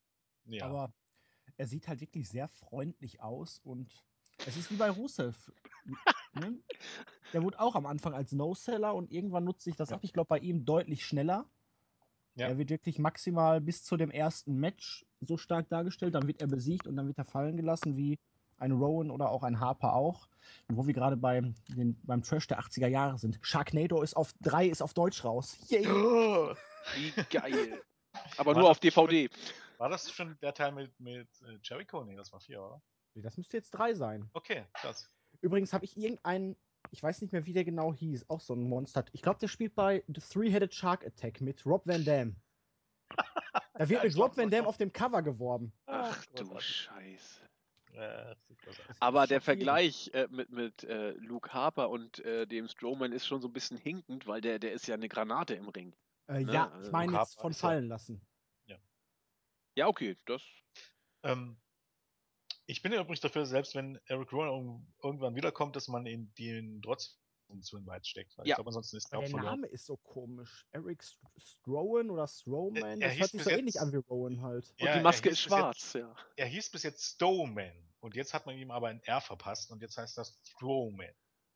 Ja. Aber er sieht halt wirklich sehr freundlich aus und es ist wie bei Rusev. Ne? Der wurde auch am Anfang als No-Seller und irgendwann nutzt sich das Ja. ab. Ich glaube, bei ihm deutlich schneller. Ja. Er wird wirklich maximal bis zu dem ersten Match so stark dargestellt, dann wird er besiegt und dann wird er fallen gelassen, wie ein Rowan oder auch ein Harper auch. Und wo wir gerade beim, den, beim Trash der achtziger Jahre sind. Sharknado ist auf drei ist auf Deutsch raus. Yay! Oh, wie geil. Aber War nur das auf D V D. War das schon der Teil mit, mit äh, Jericho? Nee, das war vier, oder? Das müsste jetzt drei sein. Okay, krass. Übrigens habe ich irgendeinen, ich weiß nicht mehr, wie der genau hieß, auch so ein Monster. Ich glaube, der spielt bei The Three-Headed Shark Attack mit Rob Van Dam. Da wird Ja, mit ich Rob glaub, Van das Dam war- auf dem Cover geworben. Ach du großartig. Scheiße. Ja, das ist großartig. Aber der schockierend. Vergleich äh, mit, mit äh, Luke Harper und äh, dem Strowman ist schon so ein bisschen hinkend, weil der, der ist ja eine Granate im Ring. Äh, Ne? ja, ich Also- meine Luke jetzt Harper von ist ja- fallen lassen. Ja, okay, das. Ähm, ich bin ja übrigens dafür, selbst wenn Eric Rowan irgendwann wiederkommt, dass man ihn den trotzdem zu den Weit steckt. Weil Ja. ich glaube, ansonsten ist er Aber auch der verloren. Name ist so komisch. Eric St- Strowan oder Strowman, Er- er das hieß hört sich bis so jetzt- ähnlich an wie Rowan halt. Und Ja, die er Maske hieß ist bis schwarz, ja. Er hieß bis jetzt Stowman. Und jetzt hat man ihm aber ein R verpasst und jetzt heißt das Strowman.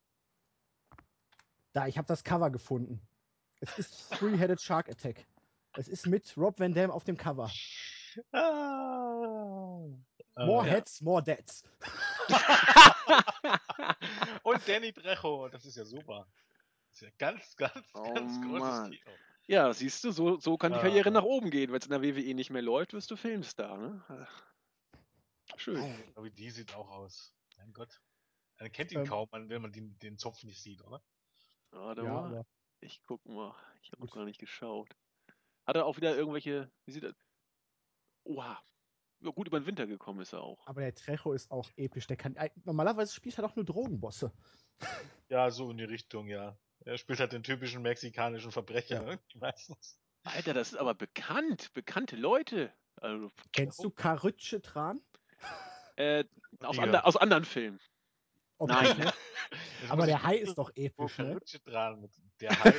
Da, ich habe das Cover gefunden. Es ist Three-Headed Shark Attack. Es ist mit Rob Van Dam auf dem Cover. Ah. More Äh, Ja. Heads, more Deads. Und Danny Trejo, das ist ja super. Das ist ja ganz, ganz, Oh ganz großes Mann. Kino. Ja, siehst du, so, so kann die Ah. Karriere nach oben gehen. Wenn es in der W W E nicht mehr läuft, wirst du Filmstar, ne? Ach, schön. Aber die sieht auch aus. Mein Gott. Man kennt ihn Ähm, kaum, wenn man den, den Zopf nicht sieht, oder? Warte Ja, mal. aber Ich guck mal. Ich habe noch Gut. gar nicht geschaut. Hat er auch wieder irgendwelche. Wie sieht er. Oha. Ja, gut über den Winter gekommen ist er auch. Aber der Trejo ist auch episch. Der kann, normalerweise spielt er doch nur Drogenbosse. Ja, so in die Richtung, ja. Er spielt halt den typischen mexikanischen Verbrecher, Ja. ne? Meistens. Alter, das ist aber bekannt. Bekannte Leute. Also, Kennst du Karütsche Tran? äh, Noch aus, nie ander, gehört. aus anderen Filmen. Okay, Nein. ne? Jetzt Aber muss ich der Hai googeln, ist doch wo episch, ne? Karutsche dran mit der Hai.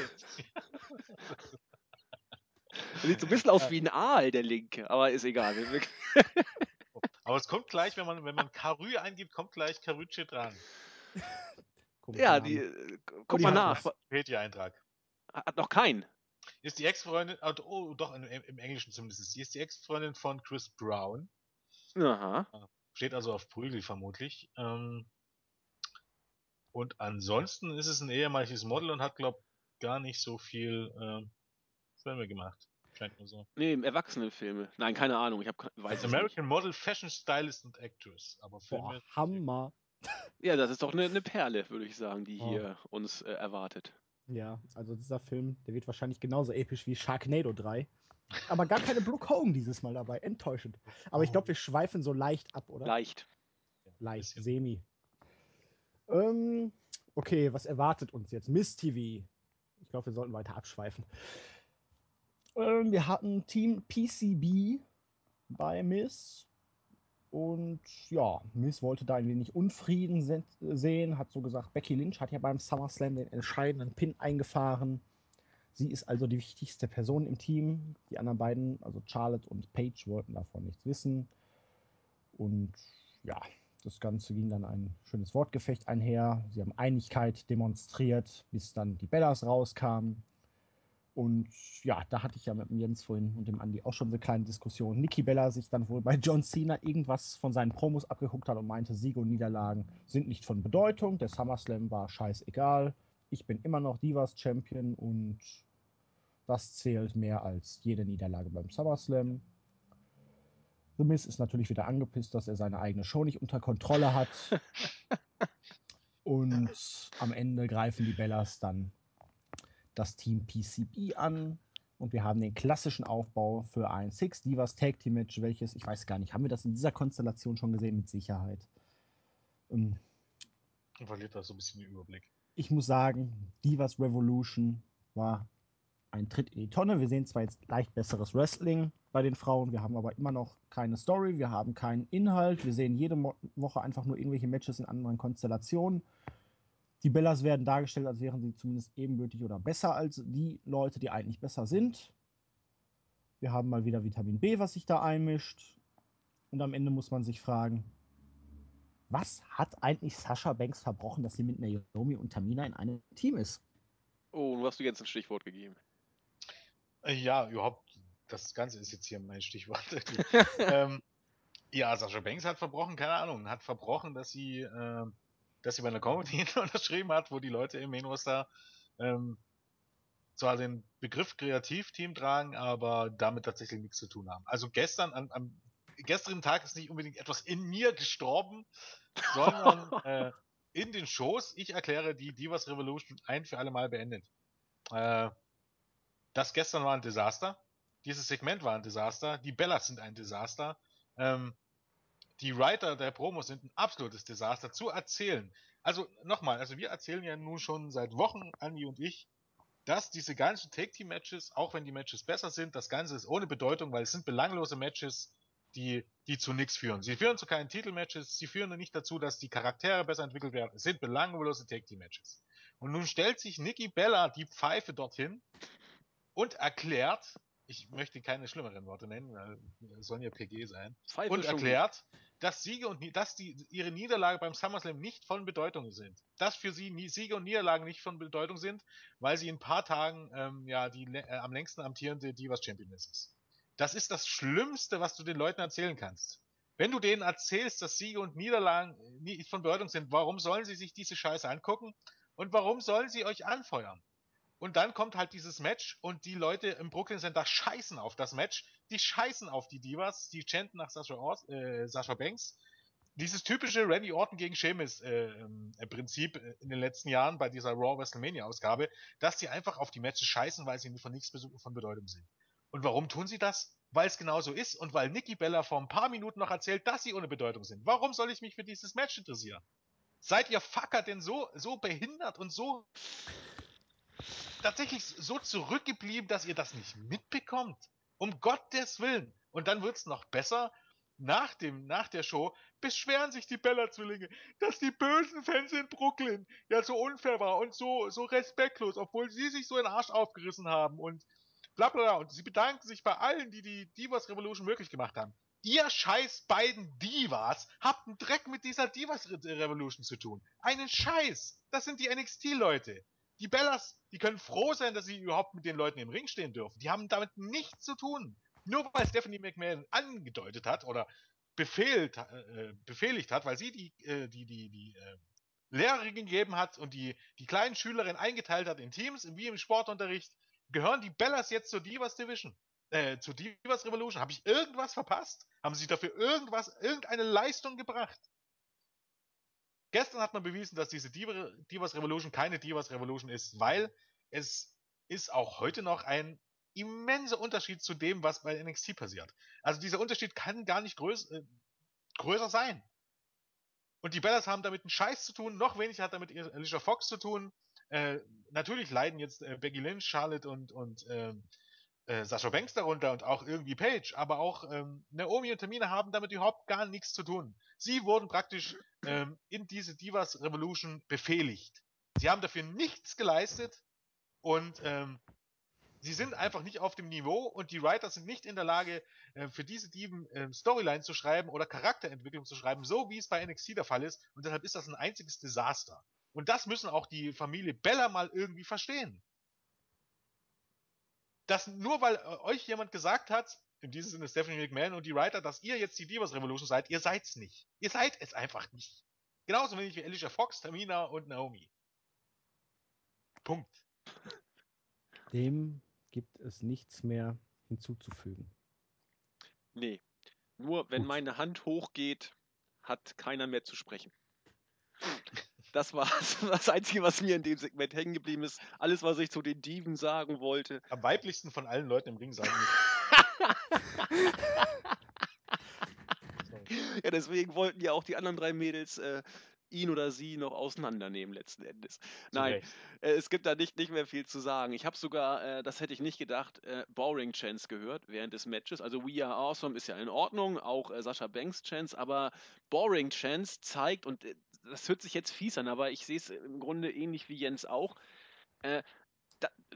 Er sieht so ein bisschen aus wie ein Aal, der Linke. Aber ist egal. Wir- wir- Aber es kommt gleich, wenn man, wenn man Karü eingibt, kommt gleich Karütsche dran. Komischer Ja, Name. die. äh, Oh, Guck die mal hat nach. was. Wikipedia-Eintrag. Hat noch keinen. Ist die Ex-Freundin, oh, oh doch, im, im Englischen zumindest. Sie ist die Ex-Freundin von Chris Brown. Aha. Steht also auf Prügel vermutlich. Ähm, und ansonsten ist es ein ehemaliges Model und hat, glaub, gar nicht so viel äh, Filme gemacht. Scheint mir so. Nee, Erwachsenenfilme. Nein, keine Ahnung. Ich hab, ke- weiß es nicht. American Model, Fashion Stylist und Actress. Aber Filme. Boah, Hammer. Ja, das ist doch eine, eine Perle, würde ich sagen, die Oh. hier uns äh, erwartet. Ja, also dieser Film, der wird wahrscheinlich genauso episch wie Sharknado drei. Aber gar keine Brooke Hogan dieses Mal dabei. Enttäuschend. Aber ich glaube, wir schweifen so leicht ab, oder? Leicht. Leicht, bisschen. semi. Ähm, okay, was erwartet uns jetzt? Miss T V. Ich glaube, wir sollten weiter abschweifen. Ähm, wir hatten Team P C B bei Miss. Und ja, Miss wollte da ein wenig Unfrieden se sehen, hat so gesagt, Becky Lynch hat ja beim SummerSlam den entscheidenden Pin eingefahren. Sie ist also die wichtigste Person im Team. Die anderen beiden, also Charlotte und Paige, wollten davon nichts wissen. Und ja, das Ganze ging dann ein schönes Wortgefecht einher. Sie haben Einigkeit demonstriert, bis dann die Bellas rauskamen. Und ja, da hatte ich ja mit dem Jens vorhin und dem Andi auch schon eine kleine Diskussion. Nikki Bella sich dann wohl bei John Cena irgendwas von seinen Promos abgeguckt hat und meinte, Siege und Niederlagen sind nicht von Bedeutung. Der SummerSlam war scheißegal. Ich bin immer noch Divas Champion und das zählt mehr als jede Niederlage beim SummerSlam. The Miz ist natürlich wieder angepisst, dass er seine eigene Show nicht unter Kontrolle hat. Und am Ende greifen die Bellas dann das Team P C B an. Und wir haben den klassischen Aufbau für ein Six Divas Tag Team Match, welches, ich weiß gar nicht, haben wir das in dieser Konstellation schon gesehen? Mit Sicherheit. Ähm, Und verliert da so ein bisschen den Überblick. ich muss sagen, Divas Revolution war ein Tritt in die Tonne. Wir sehen zwar jetzt leicht besseres Wrestling bei den Frauen, wir haben aber immer noch keine Story, wir haben keinen Inhalt, wir sehen jede Mo Woche einfach nur irgendwelche Matches in anderen Konstellationen. Die Bellas werden dargestellt, als wären sie zumindest ebenbürtig oder besser als die Leute, die eigentlich besser sind. Wir haben mal wieder Vitamin B, was sich da einmischt. Und am Ende muss man sich fragen, was hat eigentlich Sasha Banks verbrochen, dass sie mit Naomi und Tamina in einem Team ist? Oh, du hast du jetzt ein Stichwort gegeben. Äh, ja, überhaupt, das Ganze ist jetzt hier mein Stichwort. ähm, ja, Sasha Banks hat verbrochen, keine Ahnung, hat verbrochen, dass sie, äh, dass sie bei einer Comedy unterschrieben hat, wo die Leute im Main Roster ähm, zwar den Begriff Kreativteam tragen, aber damit tatsächlich nichts zu tun haben. Also gestern, am, am gestrigen Tag ist nicht unbedingt etwas in mir gestorben, sondern äh, in den Shows. Ich erkläre die Divas Revolution ein für alle Mal beendet. Äh, das gestern war ein Desaster. Dieses Segment war ein Desaster. Die Bellas sind ein Desaster. Ähm, die Writer der Promos sind ein absolutes Desaster zu erzählen. Also nochmal, also wir erzählen ja nun schon seit Wochen, Andi und ich, dass diese ganzen Take-Team-Matches, auch wenn die Matches besser sind, das Ganze ist ohne Bedeutung, weil es sind belanglose Matches, die, die zu nichts führen. Sie führen zu keinen Titelmatches, sie führen nicht dazu, dass die Charaktere besser entwickelt werden. Es sind belanglose Take-Team-Matches. Und nun stellt sich Nikki Bella die Pfeife dorthin und erklärt, ich möchte keine schlimmeren Worte nennen, weil es sollen ja P G sein, Pfeife und ist schon gut. erklärt, dass Siege und dass die, ihre Niederlage beim SummerSlam nicht von Bedeutung sind. Dass für sie nie, Siege und Niederlagen nicht von Bedeutung sind, weil sie in ein paar Tagen ähm, ja die äh, am längsten amtierende Divas Championess ist. Das ist das Schlimmste, was du den Leuten erzählen kannst. Wenn du denen erzählst, dass Siege und Niederlagen nicht von Bedeutung sind, warum sollen sie sich diese Scheiße angucken? Und warum sollen sie euch anfeuern? Und dann kommt halt dieses Match und die Leute im Brooklyn Center scheißen auf das Match. Die scheißen auf die Divas, die chanten nach Sasha, Ors, äh, Sasha Banks. Dieses typische Randy Orton gegen Sheamus äh, äh, Prinzip in den letzten Jahren bei dieser Raw WrestleMania Ausgabe, dass die einfach auf die Matches scheißen, weil sie von nichts von Bedeutung sind. Und warum tun sie das? Weil es genau so ist und weil Nikki Bella vor ein paar Minuten noch erzählt, dass sie ohne Bedeutung sind. Warum soll ich mich für dieses Match interessieren? Seid ihr Fucker denn so, so behindert und so tatsächlich so zurückgeblieben, dass ihr das nicht mitbekommt? Um Gottes Willen. Und dann wird's noch besser. Nach, dem, nach der Show beschweren sich die Bella-Zwillinge, dass die bösen Fans in Brooklyn ja so unfair war und so, so respektlos, obwohl sie sich so in den Arsch aufgerissen haben und bla bla bla. Und sie bedanken sich bei allen, die die Divas Revolution möglich gemacht haben. Ihr scheiß beiden Divas habt einen Dreck mit dieser Divas Revolution zu tun. Einen Scheiß. Das sind die N X T-Leute. Die Bellas, die können froh sein, dass sie überhaupt mit den Leuten im Ring stehen dürfen. Die haben damit nichts zu tun. Nur weil Stephanie McMahon angedeutet hat oder befehlt, äh, befehligt hat, weil sie die, äh, die, die, die äh, Lehrerin gegeben hat und die, die kleinen Schülerinnen eingeteilt hat in Teams, wie im Sportunterricht, gehören die Bellas jetzt zur Divas Division, äh, zur Divas Revolution. Habe ich irgendwas verpasst? Haben sie dafür irgendwas, irgendeine Leistung gebracht? Gestern hat man bewiesen, dass diese Divas Revolution keine Divas Revolution ist, weil es ist auch heute noch ein immenser Unterschied zu dem, was bei N X T passiert. Also dieser Unterschied kann gar nicht größ, äh, größer sein. Und die Bellas haben damit einen Scheiß zu tun, noch weniger hat damit Alicia Fox zu tun. Äh, natürlich leiden jetzt äh, Becky Lynch, Charlotte und, und äh, äh, Sasha Banks darunter und auch irgendwie Paige, aber auch ähm, Naomi und Tamina haben damit überhaupt gar nichts zu tun. Sie wurden praktisch ähm, in diese Divas Revolution befehligt. Sie haben dafür nichts geleistet und ähm, sie sind einfach nicht auf dem Niveau und die Writer sind nicht in der Lage, äh, für diese Diven äh, Storyline zu schreiben oder Charakterentwicklung zu schreiben, so wie es bei N X T der Fall ist. Und deshalb ist das ein einziges Desaster. Und das müssen auch die Familie Bella mal irgendwie verstehen. Dass nur weil äh, euch jemand gesagt hat, in diesem Sinne Stephanie McMahon und die Writer, dass ihr jetzt die Divas Revolution seid, ihr seid's nicht. Ihr seid es einfach nicht. Genauso wenig wie Alicia Fox, Tamina und Naomi. Punkt. Dem gibt es nichts mehr hinzuzufügen. Nee. Nur wenn Gut. meine Hand hochgeht, hat keiner mehr zu sprechen. Das war das Einzige, was mir in dem Segment hängen geblieben ist. Alles, was ich zu den Diven sagen wollte. Am weiblichsten von allen Leuten im Ring seid ihr. Ja, deswegen wollten ja auch die anderen drei Mädels äh, ihn oder sie noch auseinandernehmen letzten Endes. Zu Nein, Recht. äh, es gibt da nicht, nicht mehr viel zu sagen. Ich habe sogar, äh, das hätte ich nicht gedacht, äh, Boring Chance gehört während des Matches. Also We Are Awesome ist ja in Ordnung, auch äh, Sasha Banks Chance, aber Boring Chance zeigt, und äh, das hört sich jetzt fies an, aber ich sehe es im Grunde ähnlich wie Jens auch, äh, da,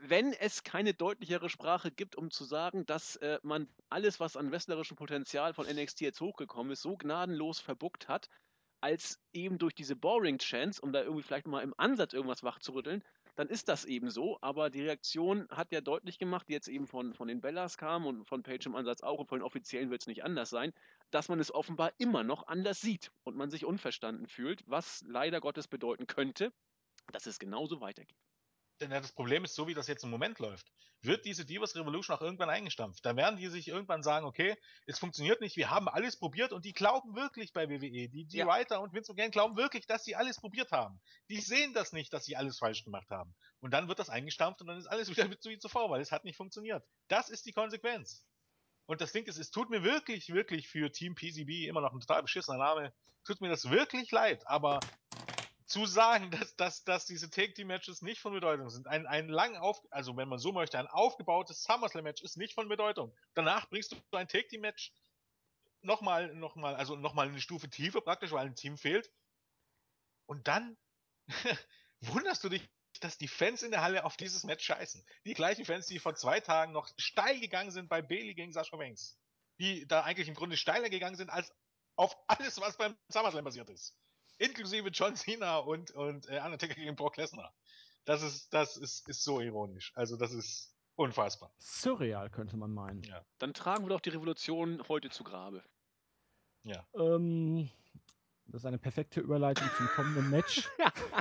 wenn es keine deutlichere Sprache gibt, um zu sagen, dass äh, man alles, was an wrestlerischem Potenzial von N X T jetzt hochgekommen ist, so gnadenlos verbuckt hat, als eben durch diese Boring Chance, um da irgendwie vielleicht mal im Ansatz irgendwas wachzurütteln, dann ist das eben so. Aber die Reaktion hat ja deutlich gemacht, die jetzt eben von, von den Bellas kam und von Page im Ansatz auch und von den Offiziellen wird es nicht anders sein, dass man es offenbar immer noch anders sieht und man sich unverstanden fühlt, was leider Gottes bedeuten könnte, dass es genauso weitergeht. Denn ja, das Problem ist, so wie das jetzt im Moment läuft, wird diese Divas Revolution auch irgendwann eingestampft. Da werden die sich irgendwann sagen, okay, es funktioniert nicht, wir haben alles probiert und die glauben wirklich bei W W E. Die, die Ja. Writer und Vince McMahon glauben wirklich, dass sie alles probiert haben. Die sehen das nicht, dass sie alles falsch gemacht haben. Und dann wird das eingestampft und dann ist alles wieder wie zuvor, weil es hat nicht funktioniert. Das ist die Konsequenz. Und das Ding ist, es tut mir wirklich, wirklich für Team P C B immer noch ein total beschissener Name. Tut mir das wirklich leid, aber zu sagen, dass, dass, dass diese Take-Team-Matches nicht von Bedeutung sind. Ein, ein lang auf, also wenn man so möchte, ein aufgebautes SummerSlam-Match ist nicht von Bedeutung. Danach bringst du ein Take-Team-Match nochmal, nochmal, also nochmal eine Stufe tiefer praktisch, weil ein Team fehlt. Und dann wunderst du dich, dass die Fans in der Halle auf dieses Match scheißen. Die gleichen Fans, die vor zwei Tagen noch steil gegangen sind bei Bayley gegen Sasha Banks. Die da eigentlich im Grunde steiler gegangen sind als auf alles, was beim SummerSlam passiert ist. Inklusive John Cena und, und äh, Undertaker gegen Brock Lesnar. Das ist, das ist, ist so ironisch. Also das ist unfassbar. Surreal, könnte man meinen. Ja. Dann tragen wir doch die Revolution heute zu Grabe. Ja. Ähm, das ist eine perfekte Überleitung zum kommenden Match.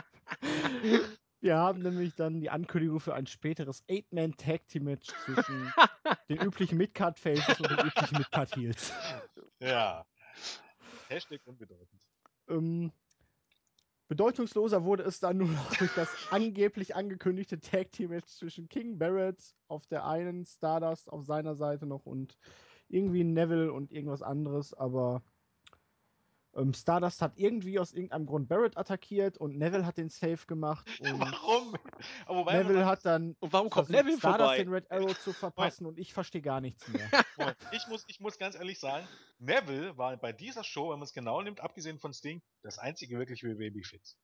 Wir haben nämlich dann die Ankündigung für ein späteres Eight-Man-Tag-Team-Match zwischen den üblichen Midcard-Faces und den üblichen Midcard-Heels. Ja. Hashtag unbedeutend. Ähm, bedeutungsloser wurde es dann nur noch durch das angeblich angekündigte Tag-Team-Match zwischen King Barrett auf der einen, Stardust auf seiner Seite noch und irgendwie Neville und irgendwas anderes, aber ähm, Stardust hat irgendwie aus irgendeinem Grund Barrett attackiert und Neville hat den Save gemacht und Warum? Aber wobei Neville man hat dann Und warum kommt versucht, Neville Stardust vorbei? den Red Arrow zu verpassen und ich verstehe gar nichts mehr. Moment, ich muss, ich muss ganz ehrlich sagen, Neville war bei dieser Show, wenn man es genau nimmt, abgesehen von Sting, das einzige wirklich Babyface.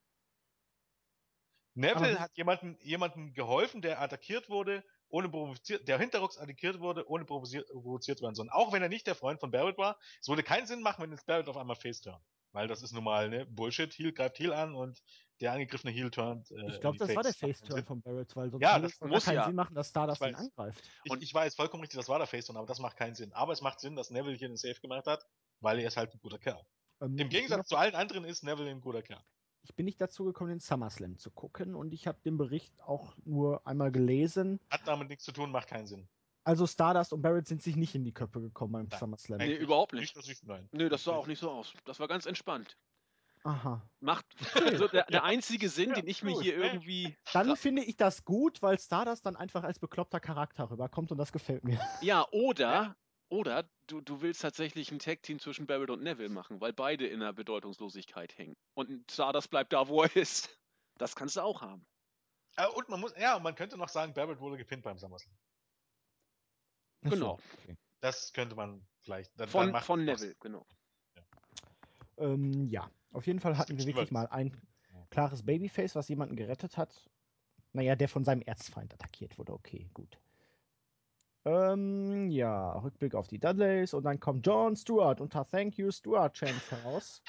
Neville Aber- hat jemanden, jemanden geholfen, der attackiert wurde, ohne provoziert, der hinterrücks attackiert wurde, ohne provoziert, provoziert werden soll. Auch wenn er nicht der Freund von Barrett war, es würde keinen Sinn machen, wenn jetzt Barrett auf einmal face turnt. Weil das ist nun mal, ne, Bullshit, Heel greift Heel an und der angegriffene Heel turnt äh, Ich glaube, irgendwie das war der face. Macht keinen Face-Turn Sinn. von Barrett, weil sonst Ja, würde das es doch gar muss keinen ja. Sinn machen, dass Ich Stardust ihn weiß. angreift. Ich, Und- ich weiß, vollkommen richtig, das war der Face-Turn, aber das macht keinen Sinn. Aber es macht Sinn, dass Neville hier den Safe gemacht hat, weil er ist halt ein guter Kerl. Ähm, Im ich, bin Gegensatz noch, zu allen anderen ist Neville ein guter Kerl. ich bin nicht dazu gekommen, den SummerSlam zu gucken und ich habe den Bericht auch nur einmal gelesen. Hat damit nichts zu tun, macht keinen Sinn. Also Stardust und Barrett sind sich nicht in die Köpfe gekommen beim Nein. SummerSlam. Nee, Eigentlich überhaupt nicht. Nicht, dass ich, nein. Nö, das Ich- sah auch nicht so aus. Das war ganz entspannt. Aha. Macht. Okay. Also der, der Ja. einzige Sinn, den ich mir Gut, hier ne? irgendwie. Dann finde ich das gut, weil Stardust dann einfach als bekloppter Charakter rüberkommt und das gefällt mir. Ja, oder. Ja. Oder du, du willst tatsächlich ein Tag-Team zwischen Barrett und Neville machen, weil beide in der Bedeutungslosigkeit hängen. Und Stardust bleibt da, wo er ist. Das kannst du auch haben. Äh, Und man muss, ja, man könnte noch sagen, Barrett wurde gepinnt beim SummerSlam. Ach so, Genau. okay. Das könnte man vielleicht. Dann, dann Von, macht von noch Neville, Sinn. genau. Ähm, ja, auf jeden Fall Es hatten gibt wir wirklich Schlimmeres. mal ein Ja. klares Babyface, was jemanden gerettet hat. Naja, der von seinem Erzfeind attackiert wurde. Okay, gut. Ähm, ja, Rückblick auf die Dudleys und dann kommt Jon Stewart unter Thank You Stewart Chance heraus.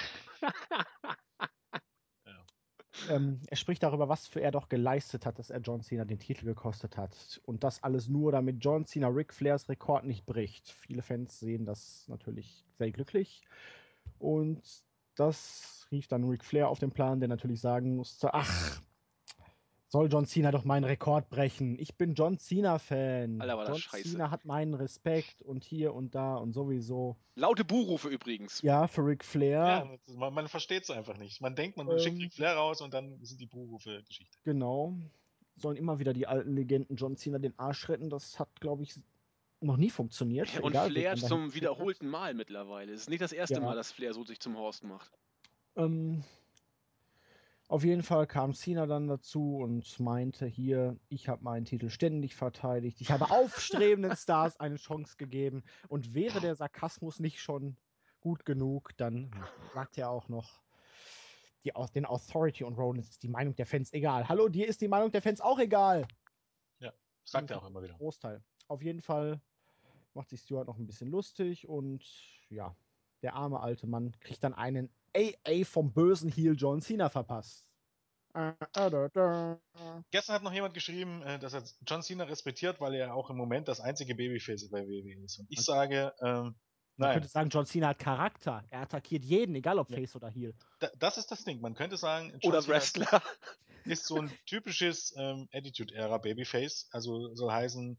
Ja. Ähm, er spricht darüber, was für er doch geleistet hat, dass er John Cena den Titel gekostet hat. Und das alles nur, damit John Cena Ric Flairs Rekord nicht bricht. Viele Fans sehen das natürlich sehr glücklich. Und das rief dann Ric Flair auf den Plan, der natürlich sagen musste, ach, soll John Cena doch meinen Rekord brechen. Ich bin John Cena-Fan. Alter, war das John scheiße. Cena hat meinen Respekt und hier und da und sowieso. Laute Buhrufe übrigens. Ja, für Ric Flair. Ja, das- man, man versteht es einfach nicht. Man denkt, man Ähm, schickt Ric Flair raus und dann sind die Buhrufe Geschichte. Genau. Sollen immer wieder die alten Legenden John Cena den Arsch retten. Das hat, glaube ich, noch nie funktioniert. Und Egal, wen Flair man dahin zum geschickt wiederholten Mal mittlerweile. Es ist nicht das erste Ja. Mal, dass Flair so sich zum Horst macht. hat. Ähm, auf jeden Fall kam Cena dann dazu und meinte hier, ich habe meinen Titel ständig verteidigt. Ich habe aufstrebenden Stars eine Chance gegeben. Und wäre der Sarkasmus nicht schon gut genug, dann sagt er auch noch, die, den Authority und Rollins ist die Meinung der Fans egal. Hallo, dir ist die Meinung der Fans auch egal. Ja. Sagt er auch immer wieder. Großteil. Auf jeden Fall macht sich Stewart noch ein bisschen lustig und ja, der arme alte Mann kriegt dann einen A A vom bösen Heel John Cena verpasst. Äh, äh, da, da. Gestern hat noch jemand geschrieben, äh, dass er John Cena respektiert, weil er auch im Moment das einzige Babyface bei W W E ist. Und ich sage, ähm, Man nein, könnte sagen, John Cena hat Charakter. Er attackiert jeden, egal ob Ja. Face oder Heel. da, das ist das Ding. Man könnte sagen, John Oder Cena ist, Wrestler. ist so ein typisches ähm, Attitude-Ära Babyface. Also soll heißen,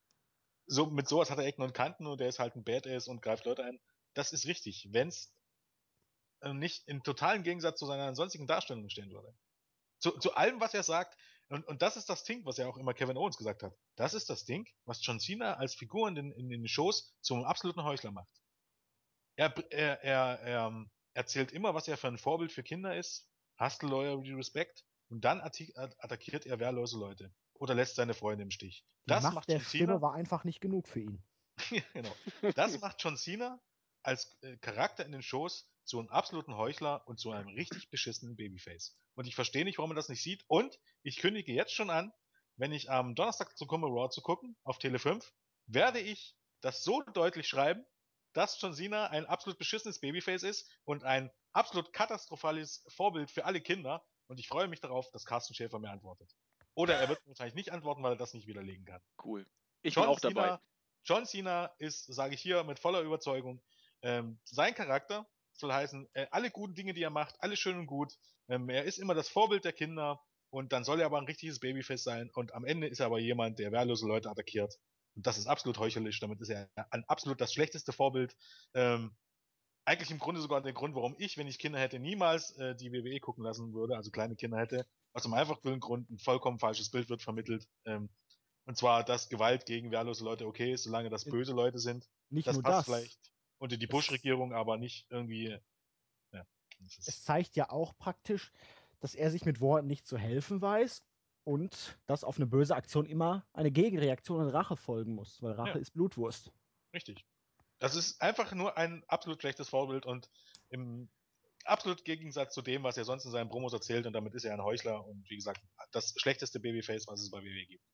so mit sowas hat er Ecken und Kanten und der ist halt ein Badass und greift Leute ein. Das ist richtig, wenn es äh, nicht im totalen Gegensatz zu seiner sonstigen Darstellung stehen würde. Zu, zu allem, was er sagt, und, und das ist das Ding, was ja auch immer Kevin Owens gesagt hat. Das ist das Ding, was John Cena als Figur in den, in den Shows zum absoluten Heuchler macht. Er, er, er, er ähm, erzählt immer, was er für ein Vorbild für Kinder ist. Hustle, Loyalty, Respect. Und dann attackiert er wehrlose Leute. Oder lässt seine Freunde im Stich. Die Das Macht macht der John Stimme Cena. war einfach nicht genug für ihn. Genau. Das macht John Cena als äh, Charakter in den Shows zu einem absoluten Heuchler und zu einem richtig beschissenen Babyface. Und ich verstehe nicht, warum man das nicht sieht. Und ich kündige jetzt schon an, wenn ich am Donnerstag zu komme, Raw zu gucken, auf Tele fünf, werde ich das so deutlich schreiben, dass John Cena ein absolut beschissenes Babyface ist und ein absolut katastrophales Vorbild für alle Kinder. Und ich freue mich darauf, dass Carsten Schäfer mir antwortet. Oder er wird wahrscheinlich nicht antworten, weil er das nicht widerlegen kann. Cool. Ich bin John auch dabei. Cena, John Cena ist, sage ich hier mit voller Überzeugung, ähm, sein Charakter soll heißen, äh, alle guten Dinge, die er macht, alles schön und gut. Ähm, er ist immer das Vorbild der Kinder und dann soll er aber ein richtiges Babyface sein und am Ende ist er aber jemand, der wehrlose Leute attackiert. Und das ist absolut heuchlerisch. Damit ist er ein absolut das schlechteste Vorbild. Ähm, eigentlich im Grunde sogar der Grund, warum ich, wenn ich Kinder hätte, niemals äh, die W W E gucken lassen würde, also kleine Kinder hätte. Aus dem einfachen Grund, ein vollkommen falsches Bild wird vermittelt. Ähm, und zwar, dass Gewalt gegen wehrlose Leute okay ist, solange das böse Leute sind. Nicht Das nur passt das. vielleicht unter die Bush-Regierung, aber nicht irgendwie. Ja, das Es ist, zeigt ja auch praktisch, dass er sich mit Worten nicht zu helfen weiß und dass auf eine böse Aktion immer eine Gegenreaktion und Rache folgen muss, weil Rache ja, ist Blutwurst. richtig. Das ist einfach nur ein absolut schlechtes Vorbild und im absolut Gegensatz zu dem, was er sonst in seinen Promos erzählt und damit ist er ein Heuchler und wie gesagt, das schlechteste Babyface, was es bei W W E gibt.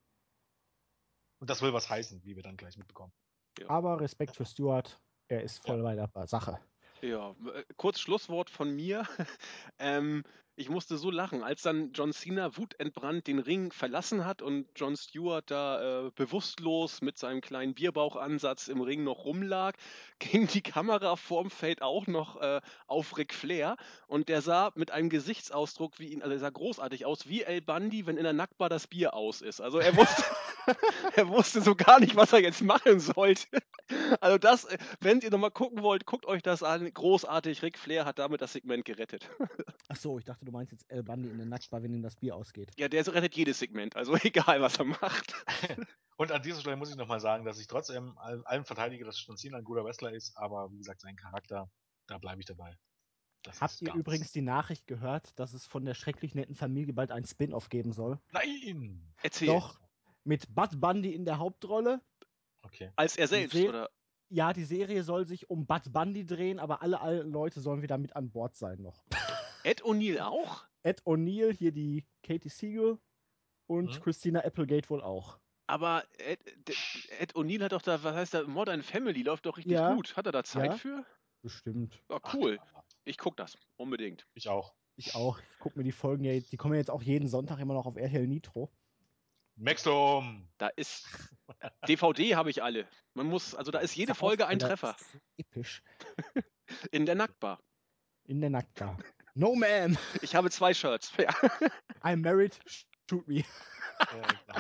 Und das will was heißen, wie wir dann gleich mitbekommen. Ja. Aber Respekt für Stuart, er ist voll Ja. bei der Sache. Ja, äh, kurz Schlusswort von mir. ähm, ich musste so lachen, als dann John Cena wutentbrannt den Ring verlassen hat und Jon Stewart da äh, bewusstlos mit seinem kleinen Bierbauchansatz im Ring noch rumlag, ging die Kamera vorm Fade auch noch äh, auf Ric Flair und der sah mit einem Gesichtsausdruck wie ihn, also er sah großartig aus, wie El Bundy, wenn in der Nacktbar das Bier aus ist. Also er wusste, er wusste so gar nicht, was er jetzt machen sollte. Also das, äh, wenn ihr nochmal gucken wollt, guckt euch das an. Großartig, Ric Flair hat damit das Segment gerettet. Achso, ich dachte, du meinst jetzt El Bundy in der Nacktbar, wenn ihm das Bier ausgeht. Ja, der rettet jedes Segment, also egal, was er macht. Und an dieser Stelle muss ich nochmal sagen, dass ich trotzdem allem verteidige, dass John Cena ein guter Wrestler ist, aber wie gesagt, sein Charakter, da bleibe ich dabei. Das Habt ist ihr ganz- übrigens die Nachricht gehört, dass es von der schrecklich netten Familie bald ein Spin-off geben soll? Nein! Erzähl. Doch, mit Bud Bundy in der Hauptrolle. Okay. Als er Die selbst, Se- oder? Ja, die Serie soll sich um Bud Bundy drehen, aber alle alten Leute sollen wieder mit an Bord sein noch. Ed O'Neill auch? Ed O'Neill, hier die Katie Siegel und Hm? Christina Applegate wohl auch. Aber Ed, d- Ed O'Neill hat doch da, was heißt da, Modern Family läuft doch richtig Ja, gut. Hat er da Zeit ja. für? Bestimmt. Ja, Ach, cool. klar. Ich guck das, unbedingt. Ich auch. Ich auch. Ich gucke mir die Folgen ja, die kommen ja jetzt auch jeden Sonntag immer noch auf R T L Nitro. Maxdom! Da ist D V D habe ich alle. Man muss, also da ist jede Der Folge ein Auftrag Treffer. ist so episch. In der Nacktbar. In der Nacktbar. No man! Ich habe zwei Shirts. Ja. I'm married, shoot me. Ja, genau.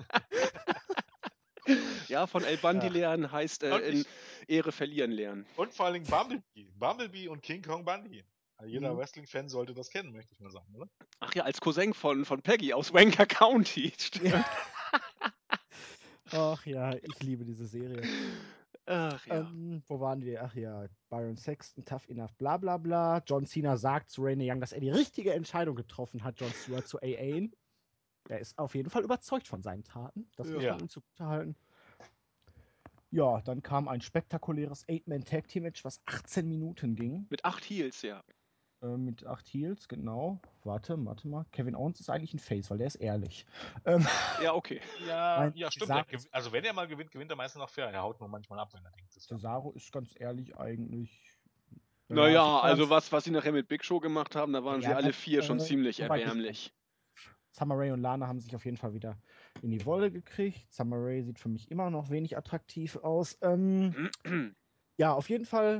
Ja, von El Bandi Ach. lernen heißt äh, Und, in ich, Ehre verlieren lernen. und vor allen Dingen Bumblebee. Bumblebee und King Kong Bundy. Also jeder Mhm. Wrestling-Fan sollte das kennen, möchte ich mal sagen, oder? Ach ja, als Cousin von, von Peggy aus Wanker County. Stimmt. Ach ja, ich liebe diese Serie. Ach ja. Ähm, wo waren wir? Ach ja, Byron Sexton, Tough Enough, bla bla bla. John Cena sagt zu Renee Young, dass er die richtige Entscheidung getroffen hat, Jon Stewart zu A A. Er ist auf jeden Fall überzeugt von seinen Taten. Das muss Ja. man ihm zugutehalten. Ja, dann kam ein spektakuläres Eight-Man-Tag-Team-Match, was achtzehn Minuten ging. Mit acht Heels, ja. Äh, mit acht Heels, genau. Warte, warte mal. Kevin Owens ist eigentlich ein Face, weil der ist ehrlich. Ähm, Ja, okay. Ja, Nein, ja, stimmt. Cesaro Er gewin- also wenn er mal gewinnt, gewinnt er meistens noch fair. Er haut nur manchmal ab, wenn er denkt. Das ja. Cesaro ist ganz ehrlich eigentlich. Naja, also Summer- was, was sie nachher mit Big Show gemacht haben, da waren Ja, sie alle das, vier schon äh, ziemlich so weit nicht. erbärmlich. Summer Rae und Lana haben sich auf jeden Fall wieder in die Wolle gekriegt. Summer Rae sieht für mich immer noch wenig attraktiv aus. Ähm, ja, auf jeden Fall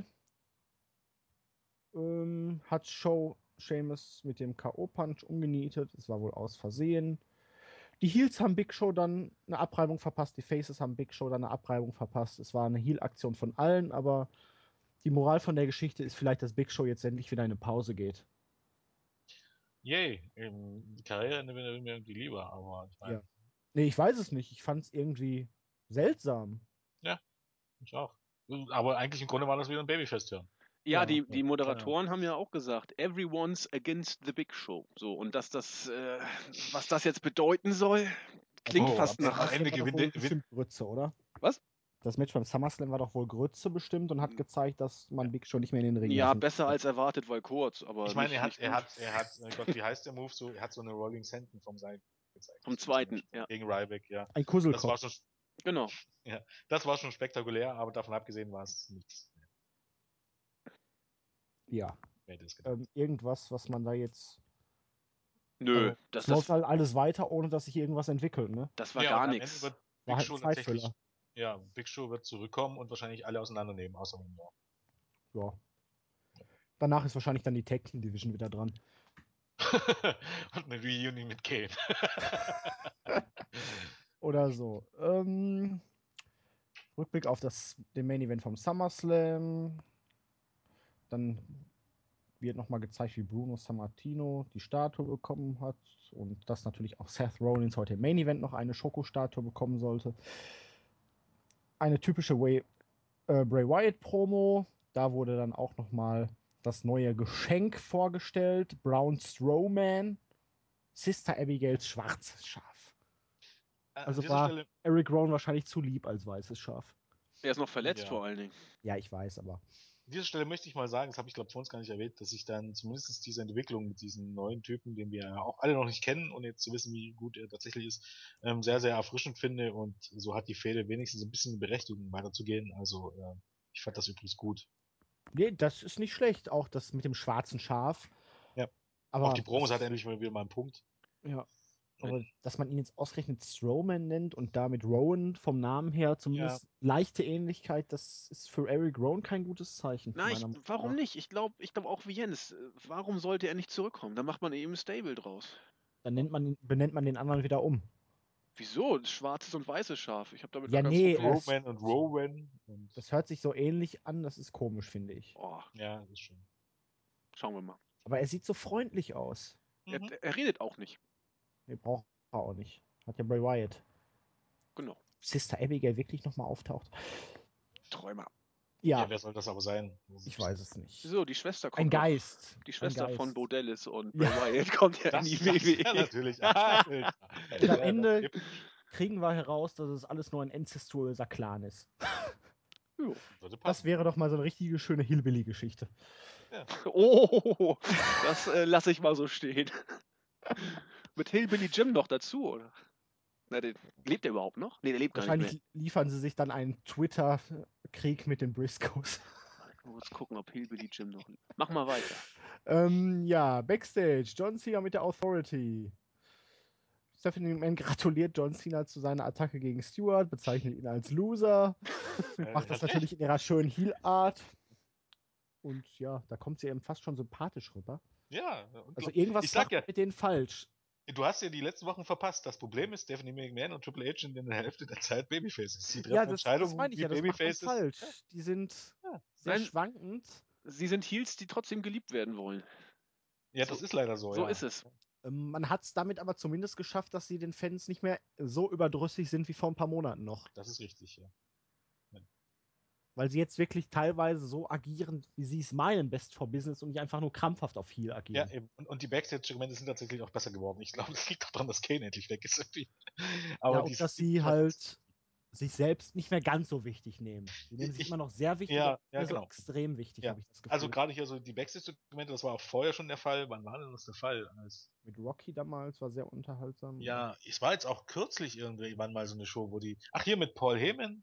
ähm, hat Show Sheamus mit dem K O-Punch umgenietet. Es war wohl aus Versehen. Die Heels haben Big Show dann eine Abreibung verpasst. Die Faces haben Big Show dann eine Abreibung verpasst. Es war eine Heel-Aktion von allen, aber die Moral von der Geschichte ist vielleicht, dass Big Show jetzt endlich wieder in eine Pause geht. Yay. Ähm, die Karriere wäre mir irgendwie lieber, aber ich meine. Ja. Nee, ich weiß es nicht. Ich fand es irgendwie seltsam. Ja, ich auch. Aber eigentlich im Grunde war das wieder ein Babyfest-Turn. Ja, Ja, die, die keine Moderatoren haben ja auch gesagt, everyone's against the Big Show. So, und dass das, äh, was das jetzt bedeuten soll, klingt Oh, fast am- nach. am Ende war doch gewinnt wohl der- bestimmt Grütze, oder? Was? Das Match beim SummerSlam war doch wohl Grütze bestimmt und hat gezeigt, dass man Big Show nicht mehr in den Ring Ja, lassen besser kann. als erwartet, weil kurz, aber Ich meine, nicht, er hat, nicht er gut. hat, er hat, äh Gott, wie heißt der Move so? Er hat so eine Rolling Senton vom Seil gezeigt. Vom zweiten, ja. Gegen Ryback, ja. Ein Das Kusselkopf. war schon, Genau. ja, das war schon spektakulär, aber davon abgesehen war es nichts. Ja. Wer hätte es gedacht? Ähm, irgendwas, was man da jetzt. Nö, Also, das, es läuft das, halt alles weiter, ohne dass sich irgendwas entwickelt, ne? das war Ja, gar und am Ende nichts. wird War Big halt Show ein tatsächlich, Zeitfüller. ja, Big Show wird zurückkommen und wahrscheinlich alle auseinandernehmen, außer New York. Ja. Danach ist wahrscheinlich dann die Tag Team Division wieder dran. Und eine Reunion mit Kane. Oder so. Ähm, Rückblick auf das, den Main Event vom SummerSlam. Dann wird nochmal gezeigt, wie Bruno Sammartino die Statue bekommen hat und dass natürlich auch Seth Rollins heute im Main Event noch eine Schoko-Statue bekommen sollte. Eine typische Way, äh, Bray Wyatt Promo. Da wurde dann auch nochmal das neue Geschenk vorgestellt. Braun Strowman. Sister Abigails schwarzes Schaf. An Also dieser war Stelle, Eric Rowan wahrscheinlich zu lieb als weißes Schaf. Er ist noch verletzt Ja. vor allen Dingen. Ja, ich weiß, aber. An dieser Stelle möchte ich mal sagen, das habe ich glaube vor uns gar nicht erwähnt, dass ich dann zumindest diese Entwicklung mit diesem neuen Typen, den wir ja auch alle noch nicht kennen und jetzt zu wissen, wie gut er tatsächlich ist, ähm, sehr, sehr erfrischend finde und so hat die Fehde wenigstens ein bisschen Berechtigung weiterzugehen. Also äh, ich fand das übrigens gut. Nee, das ist nicht schlecht. Auch das mit dem schwarzen Schaf. Ja. Aber Auch die Promos das, hat endlich mal wieder mal einen Punkt. ja. Aber dass man ihn jetzt ausgerechnet Strowman nennt und damit Rowan vom Namen her zumindest leichte Ähnlichkeit, das ist für Eric Rowan kein gutes Zeichen. Na, ich, meiner Meinung warum nach. nicht? Ich glaube ich glaub auch wie Jens. äh, Warum sollte er nicht zurückkommen? Da macht man eben ein Stable draus. Dann nennt man, ihn- benennt man den anderen wieder um. Wieso? Schwarzes und weißes Schaf. Ich habe damit Ja, gar kein nee, Problem. es- Roman und Rowan. Und Das hört sich so ähnlich an, das ist komisch, finde ich. Oh, ja, das ist schön. schauen wir mal. Aber er sieht so freundlich aus. Er, Mhm. er redet auch nicht. Nee, braucht er auch nicht. Hat ja Bray Wyatt. Genau. Sister Abigail wirklich nochmal auftaucht. Träumer. Ja, Ja, wer soll das aber sein? ich weiß es nicht. So, die Schwester Ein kommt noch. Geist. Die Ein Schwester von Geist. Bo Dallas und Ja. Bray Wyatt kommt ja Das, in die das W W ja E. natürlich. Alter. Und am Ja, Ende das- kriegen wir heraus, dass es alles nur ein incestuöser Clan ist. Jo. Würde Das passen. wäre doch mal so eine richtige schöne Hillbilly-Geschichte. Oh, das äh, lasse ich mal so stehen. Mit Hillbilly Jim noch dazu, oder? Na, der, lebt der überhaupt noch? Nee, der lebt gar nicht Wahrscheinlich liefern sie sich dann einen Twitter-Krieg mit den Briscoes. mehr. Ich muss gucken, ob Hillbilly Jim noch lebt. Mach mal weiter. ähm, ja, Backstage. John Cena mit der Authority. Stephanie McMahon gratuliert John Cena zu seiner Attacke gegen Stewart, bezeichnet ihn als Loser. Äh, Macht das hat natürlich in ihrer schönen Heel-Art. Und ja, da kommt sie eben fast schon sympathisch rüber. Ja, Also unglaublich. irgendwas Ich sag macht ja, mit denen falsch. du hast ja die letzten Wochen verpasst. Das Problem ist, Stephanie McMahon und Triple H sind in der Hälfte der Zeit Babyfaces. Sie treffen Ja, das, das Entscheidungen meine ich wie ja, das macht man Babyfaces. falsch. Ja, Die sind ja. sehr Nein. schwankend. Sie sind Heels, die trotzdem geliebt werden wollen. ja, das So- ist leider so. So ja. ist es. Ähm, man hat es damit aber zumindest geschafft, dass sie den Fans nicht mehr so überdrüssig sind wie vor ein paar Monaten noch. Das ist richtig, ja. Weil sie jetzt wirklich teilweise so agieren, wie sie es meinen, best for business und nicht einfach nur krampfhaft auf Heel Ja, agieren. eben. Und, und die Backstage-Segmente sind tatsächlich auch besser geworden. Ich glaube, das liegt daran, dass Kane endlich weg ist. Aber Ja, die und dass die- sie halt sich selbst nicht mehr ganz so wichtig nehmen. Sie nehmen sich Ich- immer noch sehr wichtig, ja, aber nicht ja, mehr so genau. extrem wichtig, Ja. habe ich das Gefühl. Also gerade hier so die Backstage-Dokumente, das war auch vorher schon der Fall. Wann war denn das der Fall? Als, Mit Rocky damals war sehr unterhaltsam. ja, es war jetzt auch kürzlich irgendwann mal so eine Show, wo die. Ach, hier mit Paul Heyman.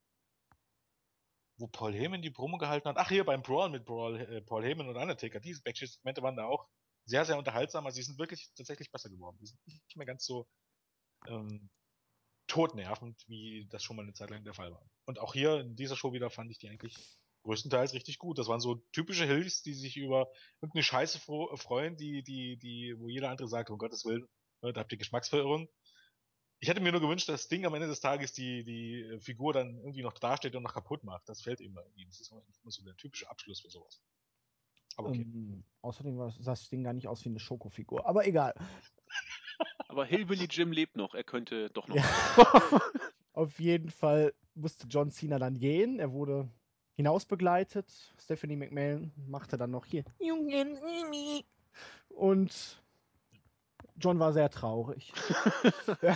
Wo Paul Heyman die Promo gehalten hat. Ach, hier beim Brawl mit Brawl, äh, Paul Heyman und Undertaker. Diese Backstage-Dokumente waren da auch sehr, sehr unterhaltsam. Also die sind wirklich tatsächlich besser geworden. Die sind nicht mehr ganz so ähm, todnervend, wie das schon mal eine Zeit lang der Fall war. Und auch hier in dieser Show wieder fand ich die eigentlich größtenteils richtig gut. Das waren so typische Hills, die sich über irgendeine Scheiße fro- freuen, die, die, die, wo jeder andere sagt, um Gottes Willen, ne, da habt ihr Geschmacksverirrung. Ich hätte mir nur gewünscht, dass Sting am Ende des Tages die, die Figur dann irgendwie noch dasteht und noch kaputt macht. Das fällt ihm irgendwie. Das ist immer so der typische Abschluss für sowas. Aber okay. Ähm, außerdem war- sah das Ding gar nicht aus wie eine Schokofigur. Aber egal. Aber Hillbilly Jim lebt noch. Er könnte doch noch. Ja. Auf jeden Fall musste John Cena dann gehen. Er wurde hinausbegleitet. Stephanie McMahon machte dann noch hier Jungen Imi. Und John war sehr traurig. Ja.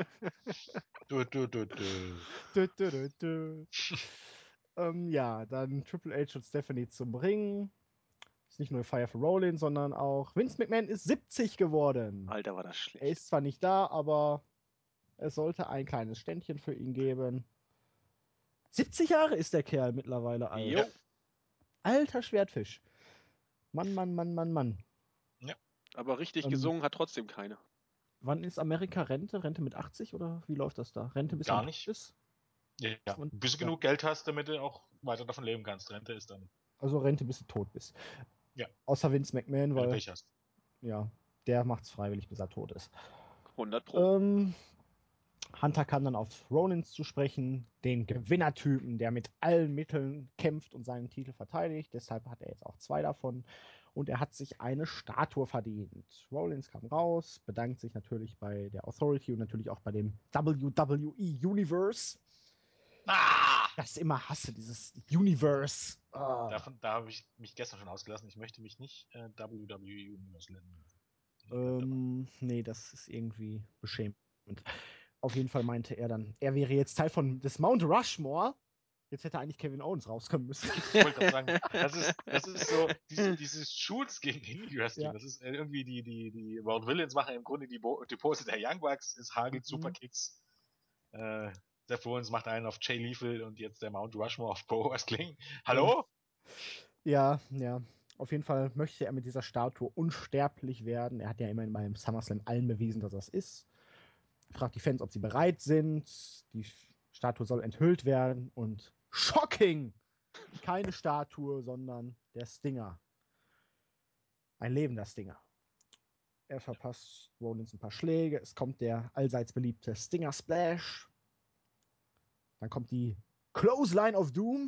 Du, du, du, du. Dö, dö, dö, dö. ähm, ja, dann Triple H und Stephanie zum Ring. Ist nicht nur Fire for Rollins, sondern auch Vince McMahon ist siebzig geworden. Alter, war das Er schlecht. ist zwar nicht da, aber es sollte ein kleines Ständchen für ihn geben. siebzig Jahre ist der Kerl mittlerweile alt. Jo. Alter Schwertfisch. Mann, Mann, Mann, Mann, Mann. Aber richtig Ähm, gesungen hat trotzdem keiner. Wann ist Amerika Rente? Rente mit achtzig oder wie läuft das da? Rente bis Gar man nicht. tot ist? Ja, ja. Und- Bis du ja. genug Geld hast, damit du auch weiter davon leben kannst. Rente ist dann, Also Rente bis du tot bist. Ja. Außer Vince McMahon, wenn du weil Pech hast. ja, der macht's freiwillig, bis er tot ist. hundert Pro. Ähm, Hunter kam dann auf Rollins zu sprechen, den Gewinnertypen, der mit allen Mitteln kämpft und seinen Titel verteidigt. Deshalb hat er jetzt auch zwei davon. Und er hat sich eine Statue verdient. Rollins kam raus, bedankt sich natürlich bei der Authority und natürlich auch bei dem W W E Universe. Ah! Das immer hasse, dieses Universe. Ah. Davon, da habe ich mich gestern schon ausgelassen. Ich möchte mich nicht äh, W W E Universe nennen. Ähm, nee, das ist irgendwie beschämend. Auf jeden Fall meinte er dann, er wäre jetzt Teil von des Mount Rushmore. Jetzt hätte eigentlich Kevin Owens rauskommen müssen. Ich wollte gerade sagen, das ist, das ist so, dieses, dieses Schools gegen Indie Wrestling. Ja. Das ist äh, irgendwie die, die, die World Villains machen im Grunde die, Bo die Pose der Young Bucks, es hagelt Mhm. Superkicks. Äh, Seth Rollins macht einen auf Jay Lethal und jetzt der Mount Rushmore auf Pro Wrestling. Hallo? Ja, ja. Auf jeden Fall möchte er mit dieser Statue unsterblich werden. Er hat ja immerhin beim SummerSlam allen bewiesen, dass er es ist. Fragt die Fans, ob sie bereit sind. Die Statue soll enthüllt werden und shocking! Keine Statue, sondern der Stinger. Ein lebender Stinger. Er verpasst Rollins ein paar Schläge. Es kommt der allseits beliebte Stinger Splash. Dann kommt die Clothesline of Doom.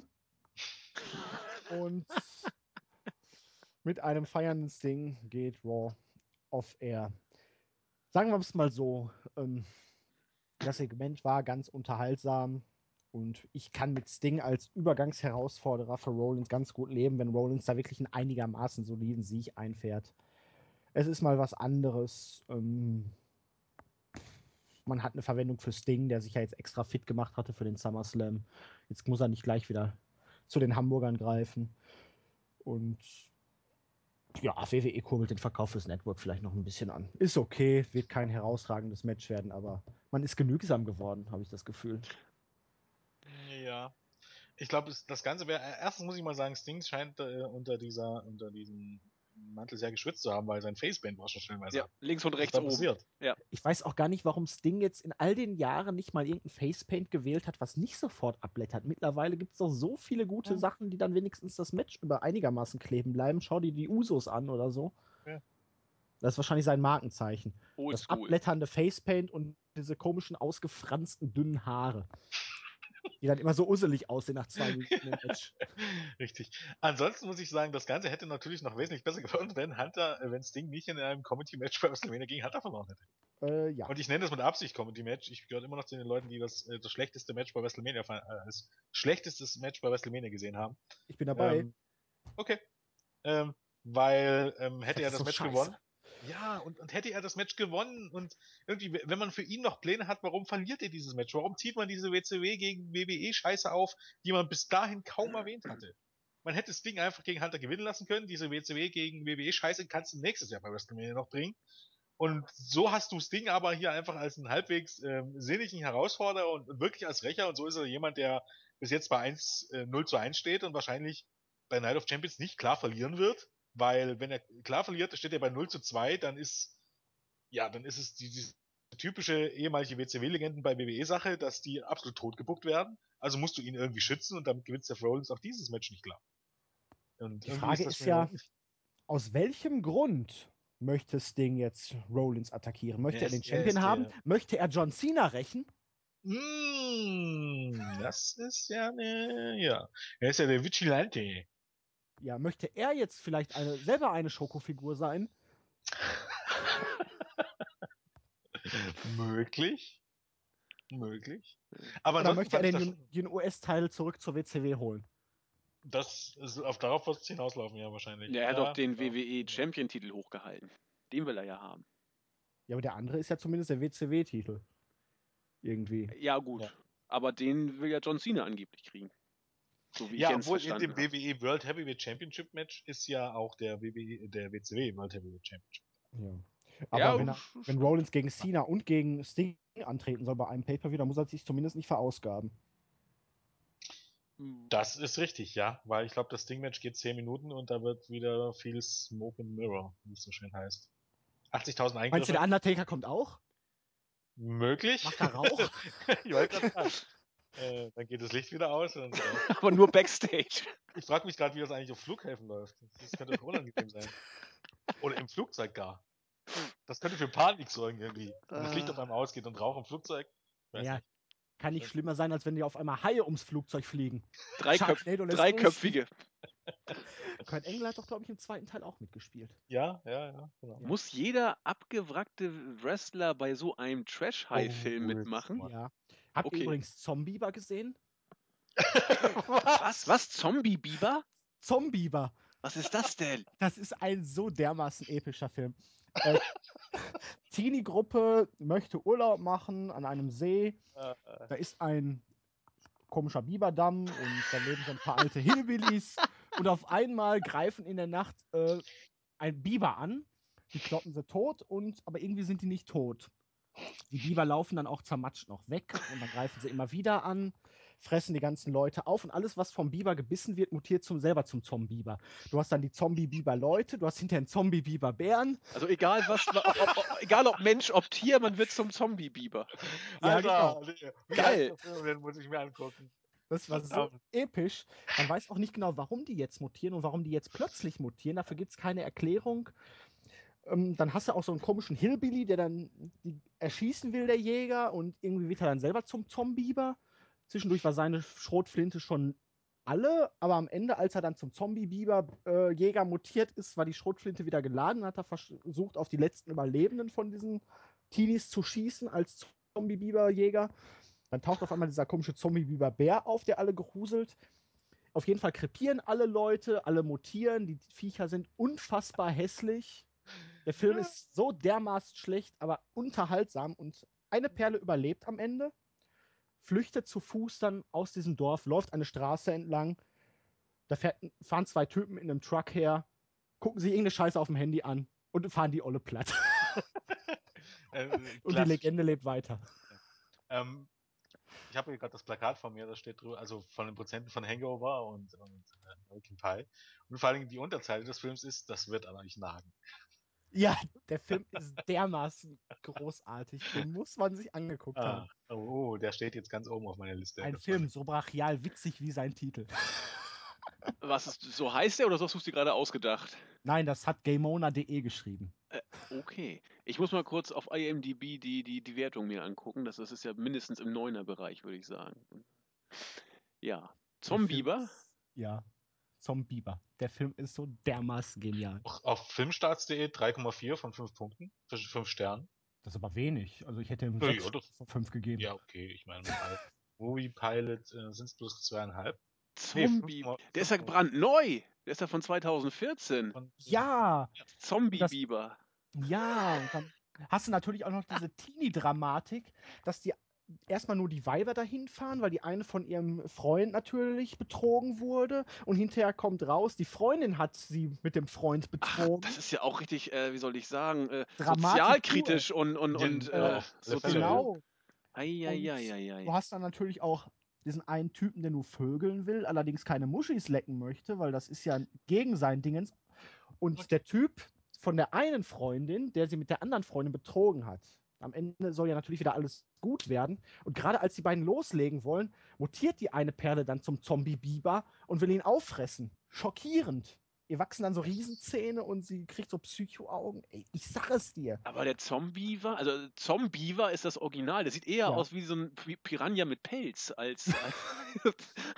Und mit einem feiernden Sting geht Raw off air. Sagen wir es mal so, ähm, das Segment war ganz unterhaltsam und ich kann mit Sting als Übergangsherausforderer für Rollins ganz gut leben, wenn Rollins da wirklich einen einigermaßen soliden Sieg einfährt. Es ist mal was anderes. Ähm, man hat eine Verwendung für Sting, der sich ja jetzt extra fit gemacht hatte für den SummerSlam. Jetzt muss er nicht gleich wieder zu den Hamburgern greifen. Und ja, W W E kurbelt den Verkauf fürs Network vielleicht noch ein bisschen an. Ist okay, wird kein herausragendes Match werden, aber man ist genügsam geworden, habe ich das Gefühl. Ja. Ich glaube, das Ganze wäre, erstens muss ich mal sagen, Sting scheint äh, unter dieser, unter diesem Mantel sehr geschwitzt zu haben, weil sein Faceband war schon stellenweise Ja, ab. links und Was rechts da oben. passiert? Ja. Ich weiß auch gar nicht, warum Sting jetzt in all den Jahren nicht mal irgendein Facepaint gewählt hat, was nicht sofort abblättert. Mittlerweile gibt es doch so viele gute Ja. Sachen, die dann wenigstens das Match über einigermaßen kleben bleiben. Schau dir die Usos an oder so. Ja. Das ist wahrscheinlich sein Markenzeichen. Das Oldschool. abblätternde Facepaint und diese komischen, ausgefransten, dünnen Haare. Die dann immer so usselig aussehen nach zwei Minuten im Match. Richtig. Ansonsten muss ich sagen, das Ganze hätte natürlich noch wesentlich besser geworden, wenn Hunter, äh, wenn Sting nicht in einem Comedy-Match bei WrestleMania gegen Hunter verloren hätte. Äh, ja. Und ich nenne das mit Absicht Comedy-Match. Ich gehöre immer noch zu den Leuten, die das, äh, das schlechteste Match bei WrestleMania, äh, als schlechtestes Match bei WrestleMania gesehen haben. Ich bin dabei. Ähm, okay. Ähm, weil, ähm, hätte Das er ist das so Match scheiße. gewonnen, Ja, und, und hätte er das Match gewonnen und irgendwie, wenn man für ihn noch Pläne hat, warum verliert er dieses Match? Warum zieht man diese W C W gegen W W E-Scheiße auf, die man bis dahin kaum erwähnt hatte? Man hätte das Ding einfach gegen Hunter gewinnen lassen können. Diese W C W gegen W W E-Scheiße kannst du nächstes Jahr bei WrestleMania noch bringen. Und so hast du das Ding aber hier einfach als einen halbwegs ähm, sinnigen Herausforderer und, und wirklich als Rächer. Und so ist er jemand, der bis jetzt bei eins, äh, null zu eins steht und wahrscheinlich bei Night of Champions nicht klar verlieren wird. Weil wenn er klar verliert, steht er bei null zu zwei, dann ist, ja, dann ist es die, diese typische ehemalige W C W-Legenden bei W W E-Sache, dass die absolut tot gebuckt werden. Also musst du ihn irgendwie schützen und damit gewinnt Seth Rollins auch dieses Match nicht klar. Und Die irgendwie Frage ist das ist schon wieder, ja, aus welchem Grund möchte Sting jetzt Rollins attackieren? Möchte er er den ist, er ist Champion haben? der, Möchte er John Cena rächen? Mm, das ist ja eine, ja. Er ist ja der Vigilante. Ja, möchte er jetzt vielleicht eine, selber eine Schokofigur sein? Möglich. Möglich. Aber Oder ansonsten möchte er fand ich den, das Un- schon, den U S-Teil zurück zur W C W holen? das ist, auf darauf wird es hinauslaufen, ja, wahrscheinlich. Ja, er hat doch Ja, den ja. W W E Champion-Titel hochgehalten. Den will er ja haben. Ja, aber der andere ist ja zumindest der W C W-Titel. Irgendwie. Ja, gut. Ja. Aber den will ja John Cena angeblich kriegen. So wie ich Ja, Jens obwohl in dem verstanden habe. W W E World Heavyweight Championship Match ist ja auch der W W E, der W C W World Heavyweight Championship. Ja. Ja, Aber wenn, er, das wenn stimmt. Rollins gegen Cena und gegen Sting antreten soll bei einem Pay-Per-View, dann muss er sich zumindest nicht verausgaben. Das ist richtig, ja, weil ich glaube, das Ding-Match geht zehn Minuten und da wird wieder viel Smoke and Mirror, wie es so schön heißt. achtzigtausend Meinst du, der Eingriffe? Undertaker kommt auch? Möglich. Macht er Rauch? Ich wollte gerade sagen. Äh, dann geht das Licht wieder aus und äh, Aber nur Backstage. ich frage mich gerade, wie das eigentlich auf Flughäfen läuft. Das könnte doch unangenehm sein. Oder im Flugzeug gar. Das könnte für Panik sorgen irgendwie. Wenn das Licht auf einmal ausgeht und Rauch im Flugzeug. Ich weiß Naja, nicht. kann nicht schlimmer sein, als wenn die auf einmal Haie ums Flugzeug fliegen. Dreiköpf Sharknado lässt dreiköpfige. Kurt Angle hat doch, glaube ich, im zweiten Teil auch mitgespielt. Ja, ja, ja, genau. Ja. Muss jeder abgewrackte Wrestler bei so einem Trash-High-Film Oh, mitmachen? Ja. Habt ihr Okay. übrigens Zombieber gesehen? Was? Was? Zombie-Biber? Zombieber. Was ist das denn? Das ist ein so dermaßen epischer Film. Äh, Teenie-Gruppe möchte Urlaub machen an einem See. Äh, Da ist ein komischer Biberdamm und da leben so ein paar alte Hillbillies. Und auf einmal greifen in der Nacht äh, ein Biber an. Die kloppen sie tot, und, aber irgendwie sind die nicht tot. Die Biber laufen dann auch zermatscht noch weg und dann greifen sie immer wieder an, fressen die ganzen Leute auf und alles, was vom Biber gebissen wird, mutiert zum, selber zum Zombie-Biber. Du hast dann die Zombie-Biber-Leute, du hast hinterher einen Zombie-Biber-Bären. Also egal was, ob, ob, ob, egal ob Mensch, ob Tier, man wird zum Zombie-Biber. Ja, genau. Alter, wie Geil. heißt der Film? Den muss ich mir angucken. Das war so Verdammt. episch. Man weiß auch nicht genau, warum die jetzt mutieren und warum die jetzt plötzlich mutieren. Dafür gibt es keine Erklärung. Ähm, dann hast du auch so einen komischen Hillbilly, der dann die erschießen will, der Jäger, und irgendwie wird er dann selber zum Zombieber. Zwischendurch war seine Schrotflinte schon alle, aber am Ende, als er dann zum Zombie-Biber-Jäger äh, mutiert ist, war die Schrotflinte wieder geladen und hat er versucht, auf die letzten Überlebenden von diesen Teenies zu schießen als Zombie-Biber-Jäger. Dann taucht auf einmal dieser komische Zombie-Biber-Bär auf, der alle geruselt. Auf jeden Fall krepieren alle Leute, alle mutieren, die Viecher sind unfassbar hässlich. Der Film ist so dermaßen schlecht, aber unterhaltsam, und eine Perle überlebt am Ende, flüchtet zu Fuß dann aus diesem Dorf, läuft eine Straße entlang, da fährt, fahren zwei Typen in einem Truck her, gucken sich irgendeine Scheiße auf dem Handy an und fahren die Olle platt. Äh, Und die klassisch. Legende lebt weiter. Ähm, ich habe hier gerade das Plakat von mir, da steht drüber, also von den Prozenten von Hangover und, und äh, American Pie. Und vor allen Dingen die Unterzeile des Films ist, das wird an euch nagen. Ja, der Film ist dermaßen großartig. Den muss man sich angeguckt Ah, haben. oh, der steht jetzt ganz oben auf meiner Liste. Ein Da freu ich Film mich. so brachial witzig wie sein Titel. Was ist, so heißt der oder so hast du es dir gerade ausgedacht? Nein, das hat gamona punkt de geschrieben. Äh, okay. Ich muss mal kurz auf I M D B die, die, die Wertung mir angucken. Das, das ist ja mindestens im Neuner-Bereich, würde ich sagen. Ja. Der Film Zombieber? ist- Ja, Zombieber. Der Film ist so dermaßen genial. Auch auf filmstarts punkt de drei Komma vier von fünf Punkten, für fünf Sternen. Das ist aber wenig. Also ich hätte ihm Ja, sechs ja, das, von fünf gegeben. ja, okay, ich meine, bei Movie Pilot äh, sind es bloß zweieinhalb. Nee, Zombie. Der ist ja brandneu. Der ist ja von zweitausendvierzehn. Ja! Und das, Zombie-Biber. Ja, und dann hast du natürlich auch noch diese Teenie-Dramatik, dass die erstmal nur die Weiber dahin fahren, weil die eine von ihrem Freund natürlich betrogen wurde und hinterher kommt raus, die Freundin hat sie mit dem Freund Ach, betrogen. das ist ja auch richtig, äh, wie soll ich sagen, äh, Dramatik sozialkritisch und, und, Ja, und äh, äh, auf alle Fälle, ja. Genau. Und Eieieiei. du hast dann natürlich auch diesen einen Typen, der nur vögeln will, allerdings keine Muschis lecken möchte, weil das ist ja gegen sein Dingens. Und Okay. der Typ von der einen Freundin, der sie mit der anderen Freundin betrogen hat. Am Ende soll ja natürlich wieder alles gut werden. Und gerade als die beiden loslegen wollen, mutiert die eine Perle dann zum Zombie-Biber und will ihn auffressen. Schockierend. Ihr wachsen dann so Riesenzähne und sie kriegt so Psycho-Augen. Ey, ich sag es dir. Aber der Zombiever, also Zombiever ist das Original. Der sieht eher Ja. aus wie so ein Pi- Piranha mit Pelz als. als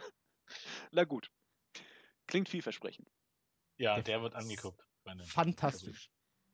Na gut. Klingt vielversprechend. Ja, Der der wird ist angeguckt. Meine fantastisch.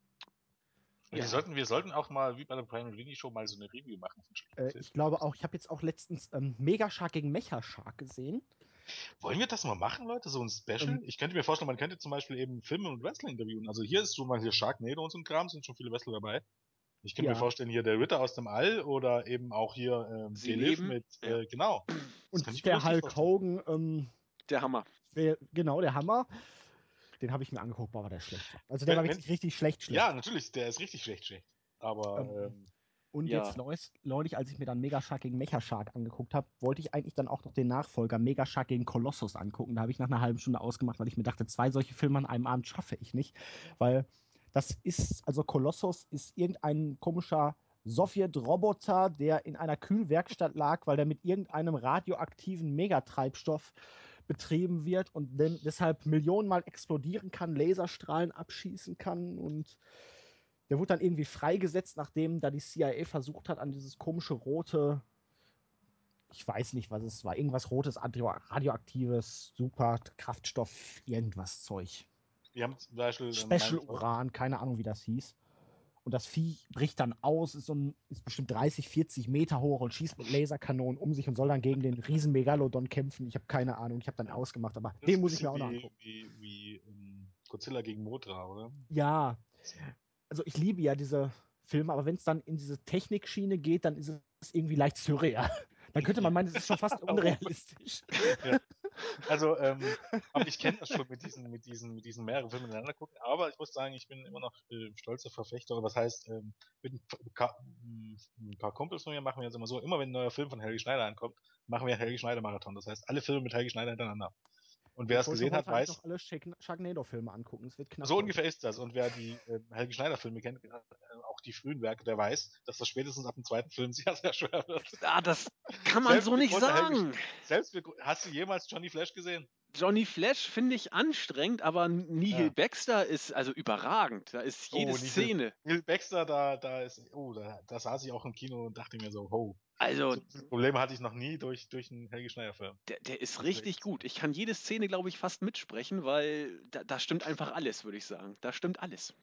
Wir, Ja. sollten, wir sollten auch mal, wie bei der Prime Video Show, mal so eine Review machen von schlechten Äh, Filmen. ich glaube auch, ich habe jetzt auch letztens ähm, Mega Shark gegen Mecha Shark gesehen. Wollen wir das mal machen, Leute? So ein Special? Ähm, Ich könnte mir vorstellen, man könnte zum Beispiel eben Filme und Wrestling interviewen. Also hier ist schon mal hier Sharknado und so ein Kram, sind schon viele Wrestler dabei. Ich könnte mir ja. vorstellen, hier der Ritter aus dem All oder eben auch hier ähm, Sie Deliv leben. mit, Ja. äh, genau. Das kann ich Und mir der lustig Hulk vorstellen. Hogan, ähm, Der Hammer. wär, genau, der Hammer. Den habe ich mir angeguckt, boah, war der schlecht. Also der Wenn, war wenn, richtig, richtig schlecht, schlecht. ja, natürlich, der ist richtig schlecht, schlecht. Aber Ähm, ähm, und Ja. jetzt neues, neulich, als ich mir dann Mega Shark gegen Mecha Shark angeguckt habe, wollte ich eigentlich dann auch noch den Nachfolger Mega Shark gegen Colossus angucken. Da habe ich nach einer halben Stunde ausgemacht, weil ich mir dachte, zwei solche Filme an einem Abend schaffe ich nicht. Weil das ist, also Colossus ist irgendein komischer Sowjet-Roboter, der in einer Kühlwerkstatt lag, weil der mit irgendeinem radioaktiven Megatreibstoff betrieben wird und dem, deshalb Millionenmal explodieren kann, Laserstrahlen abschießen kann und der wurde dann irgendwie freigesetzt, nachdem da die C I A versucht hat, an dieses komische rote, ich weiß nicht, was es war, irgendwas rotes, radioaktives, super Kraftstoff, irgendwas Zeug. wir haben zum Beispiel ähm, Special meine Frau- Uran, keine Ahnung, wie das hieß. Und das Vieh bricht dann aus, ist, so ein, ist bestimmt dreißig, vierzig Meter hoch und schießt mit Laserkanonen um sich und soll dann gegen den riesen Megalodon kämpfen. Ich habe keine Ahnung, ich habe dann ausgemacht, aber das ist den ein muss ich mir bisschen auch noch wie, angucken. wie, wie ähm, Godzilla gegen Mothra, oder? Ja, also ich liebe ja diese Filme, aber wenn es dann in diese Technikschiene geht, dann ist es irgendwie leicht surreal. Dann könnte man meinen, es ist schon fast unrealistisch. Ja. Also, ähm, aber ich kenne das schon mit diesen, mit diesen, mit diesen mehreren Filmen miteinander gucken. Aber ich muss sagen, ich bin immer noch äh, stolzer Verfechter. Oder was heißt, ähm, mit ein paar, ein paar Kumpels von mir machen wir jetzt immer so, immer wenn ein neuer Film von Helge Schneider ankommt, machen wir einen Helge Schneider Marathon. Das heißt, alle Filme mit Helge Schneider hintereinander. Und wer Ich es wollte gesehen hat, heute eigentlich weiß, noch alle Sharknado-Filme angucken. Es wird knapp so heute. ungefähr ist das. Und wer die äh, Helge Schneider Filme kennt, äh, auch die frühen Werke, der weiß, dass das spätestens ab dem zweiten Film sehr, sehr schwer wird. Ah, das kann man Selbst so für nicht große Helge, sagen. selbst für, hast du jemals Johnny Flash gesehen? Johnny Flash finde ich anstrengend, aber Nihil Ja. Baxter ist also überragend. Da ist jede Oh, Neil, Szene. Neil Baxter, da, da ist, oh, da, da saß ich auch im Kino und dachte mir so, ho, Also, so viele Probleme hatte ich noch nie durch, durch einen Helge Schneider-Film. der, der ist Das ist richtig echt, gut. Ich kann jede Szene, glaube ich, fast mitsprechen, weil da, da stimmt einfach alles, würde ich sagen. Da stimmt alles.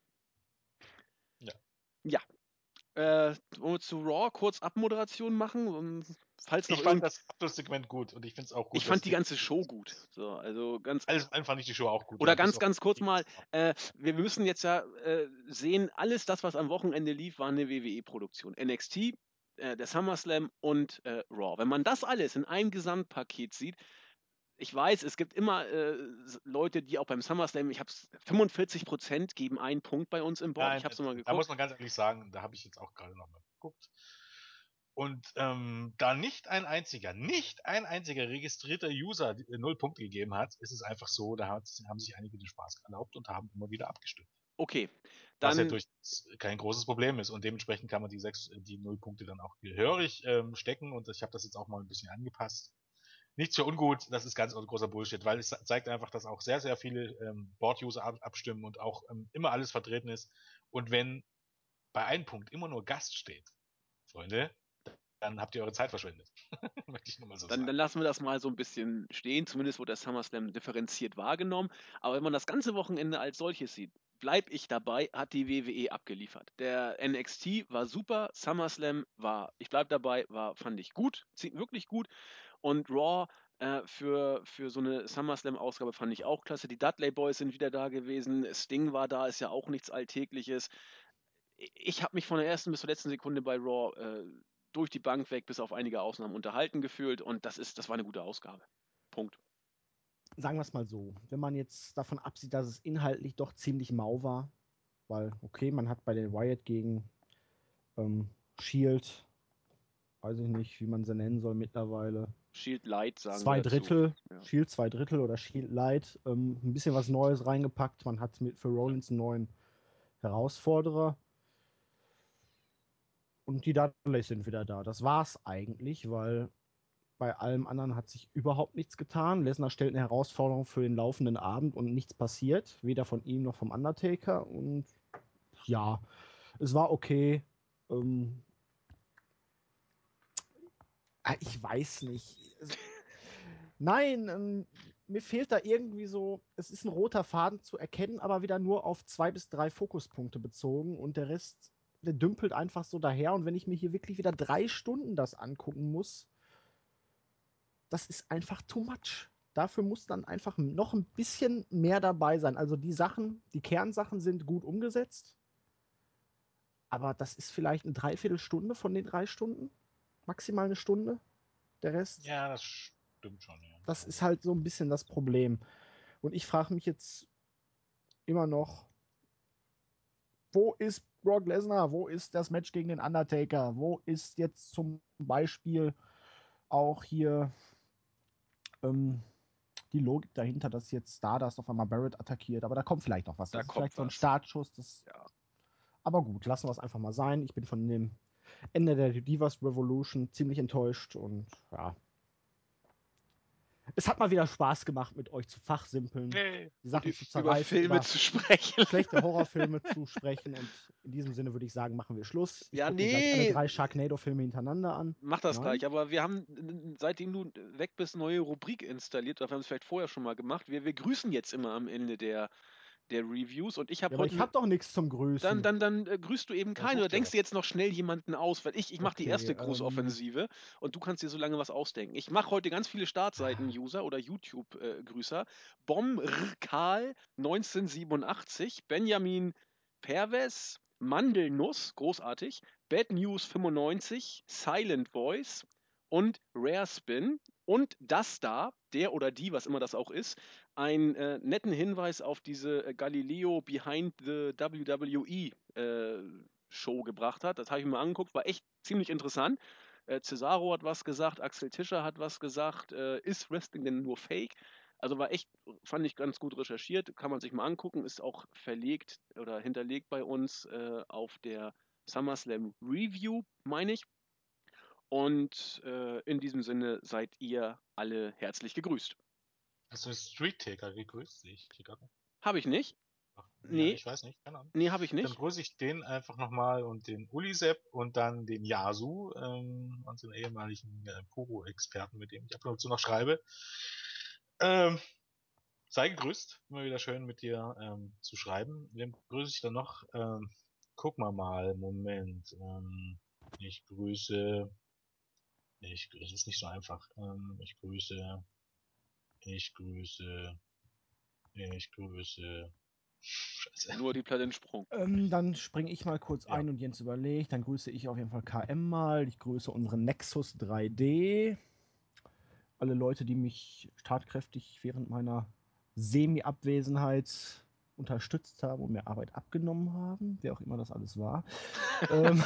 ja. Ja. Äh, wollen wir zu Raw kurz Abmoderation machen? Und falls noch Ich fand irgend. das Abschlusssegment gut und ich finde es auch Ich gut, dass fand die die, ganze Show gut. So, also ganz. alles in allem fand ich die Show auch gut, Oder ja, bis ganz, auf ganz kurz die, mal, äh, wir müssen jetzt ja äh, sehen, alles das, was am Wochenende lief, war eine W W E-Produktion. N X T, äh, der SummerSlam und äh, Raw. Wenn man das alles in einem Gesamtpaket sieht, ich weiß, es gibt immer äh, Leute, die auch beim SummerSlam, ich habe fünfundvierzig Prozent geben einen Punkt bei uns im Board. Ich nein, habe es nochmal da muss geguckt. man ganz ehrlich sagen, da habe ich jetzt auch gerade nochmal geguckt. Und ähm, da nicht ein einziger, nicht ein einziger registrierter User die- null Punkte gegeben hat, ist es einfach so, da hat, haben sich einige den Spaß erlaubt und haben immer wieder abgestimmt. Okay, Was ja dann durchaus kein großes Problem ist. Und dementsprechend kann man die sechs, die null Punkte dann auch gehörig ähm, stecken. Und ich habe das jetzt auch mal ein bisschen angepasst. Nichts für ungut, das ist ganz großer Bullshit, weil es zeigt einfach, dass auch sehr, sehr viele ähm, Board-User ab abstimmen und auch ähm, immer alles vertreten ist. Und wenn bei einem Punkt immer nur Gast steht, Freunde, dann habt ihr eure Zeit verschwendet. Möchte ich nur mal so Dann, sagen. dann lassen wir das mal so ein bisschen stehen. Zumindest wurde der SummerSlam differenziert wahrgenommen. Aber wenn man das ganze Wochenende als solches sieht, bleib ich dabei, hat die W W E abgeliefert. Der N X T war super, SummerSlam war, ich bleib dabei, war, fand ich gut, zie- wirklich gut. Und Raw äh, für, für so eine SummerSlam-Ausgabe fand ich auch klasse. Die Dudley Boys sind wieder da gewesen. Sting war da, ist ja auch nichts Alltägliches. ich habe mich von der ersten bis zur letzten Sekunde bei Raw äh, durch die Bank weg, bis auf einige Ausnahmen unterhalten gefühlt und das ist, das war eine gute Ausgabe. Punkt. Sagen wir es mal so, wenn man jetzt davon absieht, dass es inhaltlich doch ziemlich mau war, weil, okay, man hat bei den Wyatt gegen ähm, Shield, weiß ich nicht, wie man sie nennen soll mittlerweile, Shield Light sagen zwei wir dazu. Drittel, Ja. Shield zwei Drittel oder Shield Light, ähm, ein bisschen was Neues reingepackt. Man hat mit für Rollins einen neuen Herausforderer. Und die Dudleys sind wieder da. Das war's eigentlich, weil bei allem anderen hat sich überhaupt nichts getan. Lesnar stellt eine Herausforderung für den laufenden Abend und nichts passiert. Weder von ihm noch vom Undertaker. Und ja, es war okay. Ähm, ah, ich weiß nicht. Es, nein, ähm, mir fehlt da irgendwie so, es ist ein roter Faden zu erkennen, aber wieder nur auf zwei bis drei Fokuspunkte bezogen und der Rest, der dümpelt einfach so daher. Und wenn ich mir hier wirklich wieder drei Stunden das angucken muss, das ist einfach too much. Dafür muss dann einfach noch ein bisschen mehr dabei sein. Also die Sachen, die Kernsachen sind gut umgesetzt, aber das ist vielleicht eine Dreiviertelstunde von den drei Stunden, maximal eine Stunde. Der Rest, Ja, das stimmt schon, ja. das ist halt so ein bisschen das Problem. Und ich frage mich jetzt immer noch, wo ist Brock Lesnar? Wo ist das Match gegen den Undertaker? Wo ist jetzt zum Beispiel auch hier ähm, die Logik dahinter, dass jetzt Stardust auf einmal Barrett attackiert? Aber da kommt vielleicht noch was. Da Das ist kommt vielleicht so ein was. Startschuss. Das Ja. Aber gut, lassen wir es einfach mal sein. Ich bin von dem Ende der Divas Revolution ziemlich enttäuscht und ja. Es hat mal wieder Spaß gemacht, mit euch zu fachsimpeln, Nee. die Sachen Und zu über zerreißen, Filme über zu sprechen. schlechte Horrorfilme zu sprechen. Und in diesem Sinne würde ich sagen, machen wir Schluss. Ich Ja, gucke mir gleich alle nee. drei Sharknado-Filme hintereinander an. Mach das Nein? gleich, aber wir haben, n- seitdem du weg bist, neue Rubrik installiert, oder wir haben es vielleicht vorher schon mal gemacht. Wir, wir grüßen jetzt immer am Ende der, der Reviews und ich habe Ja, aber heute ich ne, habe doch nichts zum dann, Grüßen. dann, dann äh, grüßt du eben Ja, keinen oder sucht ja denkst was. dir jetzt noch schnell jemanden aus, weil ich, ich mache die Okay, erste ähm, Grußoffensive und du kannst dir so lange was ausdenken. Ich mache heute ganz viele Startseiten-User oder YouTube-Grüßer. Bom R. Karl neunzehnhundertsiebenundachtzig, Benjamin Perves, Mandelnuss, großartig, Bad News fünfundneunzig, Silent Voice und Rare Spin und das da, der oder die, was immer das auch ist, einen äh, netten Hinweis auf diese äh, Galileo Behind the W W E äh, Show gebracht hat. Das habe ich mir mal angeguckt, war echt ziemlich interessant. Äh, Cesaro hat was gesagt, Axel Tischer hat was gesagt. Äh, ist Wrestling denn nur Fake? Also war echt, fand ich ganz gut recherchiert, kann man sich mal angucken, ist auch verlegt oder hinterlegt bei uns äh, auf der SummerSlam Review, meine ich. Und äh, in diesem Sinne seid ihr alle herzlich gegrüßt. Hast du Street Taker gegrüßt? Sehe ich hier gerade. Habe ich nicht? Ach, ja, Nee, ich weiß nicht, keine Ahnung. nee, habe ich Dann nicht. grüße ich den einfach nochmal und den Ulisep und dann den Yasu, ähm, unseren ehemaligen äh, Puro-Experten, mit dem ich ab und zu noch schreibe. Ähm, sei gegrüßt, immer wieder schön mit dir ähm, zu schreiben. Wem grüße ich dann noch? Ähm, guck mal mal, Moment. Ähm, ich grüße, ich grüße, ist nicht so einfach. Ähm, ich grüße, ich grüße, ich grüße. Scheiße. Nur die Platte in Sprung. Ähm, dann springe ich mal kurz Ja. ein und Jens überlegt. Dann grüße ich auf jeden Fall K M mal. Ich grüße unseren Nexus drei D. Alle Leute, die mich tatkräftig während meiner Semi-Abwesenheit unterstützt haben und mir Arbeit abgenommen haben, wer auch immer das alles war. ähm,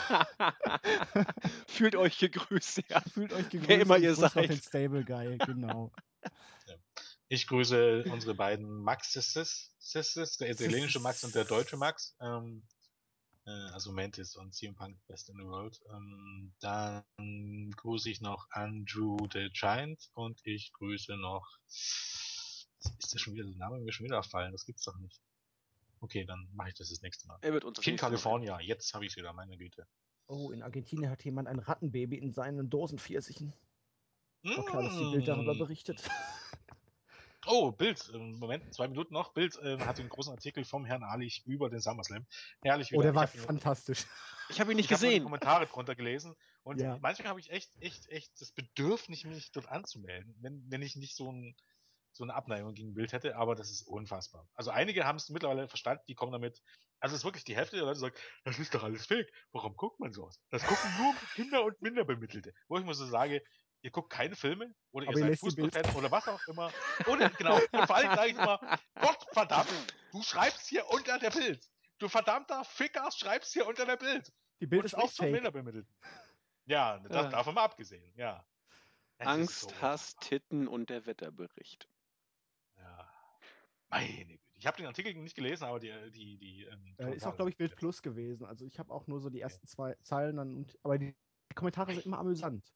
Fühlt euch gegrüßt, ja. Fühlt euch gegrüßt. Wer immer und ich ihr grüße noch seid. den Stable Guy, genau. Ich grüße unsere beiden Maxes, der italienische Max und der deutsche Max. Ähm, äh, also Mantis und C M Punk Best in the World. Ähm, dann grüße ich noch Andrew the Giant und ich grüße noch. Ist das schon wieder der Name mir schon wieder erfallen? Das gibt's doch nicht. Okay, dann mache ich das das nächste Mal. Er wird uns das King nächste Mal California, jetzt habe ich es wieder, meine Güte. Oh, in Argentinien hat jemand ein Rattenbaby in seinen Dosenpfirsichen. War klar, dass die Bild darüber Mm. berichtet. Oh, Bild, ähm, Moment, zwei Minuten noch. Bild äh, hat einen großen Artikel vom Herrn Ahlich über den SummerSlam. Herrlich Oh, wieder. der Ich war habe nur, fantastisch. Ich habe ihn nicht ich hab nur die gesehen. Kommentare drunter gelesen und Ja. manchmal habe ich echt, echt, echt das Bedürfnis, mich dort anzumelden, wenn, wenn ich nicht so ein so eine Abneigung gegen Bild hätte, aber das ist unfassbar. Also einige haben es mittlerweile verstanden, die kommen damit. Also es ist wirklich die Hälfte der Leute sagt, das ist doch alles fake. Warum guckt man sowas? Das gucken nur Kinder und Minderbemittelte. Wo ich mir so sage, ihr guckt keine Filme oder Aber ihr ihr seid lest die Bild. Fußballfans oder was auch immer. Oder genau. Und vor allem sage ich immer, Gott verdammt, du schreibst hier unter der Bild. Du verdammter Ficker schreibst hier unter der Bild. Die Bild Und ist auch sprichst von fake. Minderbemittelten. Ja, das Ja. davon mal abgesehen, ja. Es ist Angst, so Hass, unfassbar. Titten und der Wetterbericht. Ja. Meine Güte. Ich habe den Artikel nicht gelesen, aber die, die, die ähm, Äh, ist auch, Kommentare glaube ich, sind Bild jetzt- Plus gewesen. Also ich habe auch nur so die ersten zwei Zeilen dann und aber die Kommentare sind immer amüsant.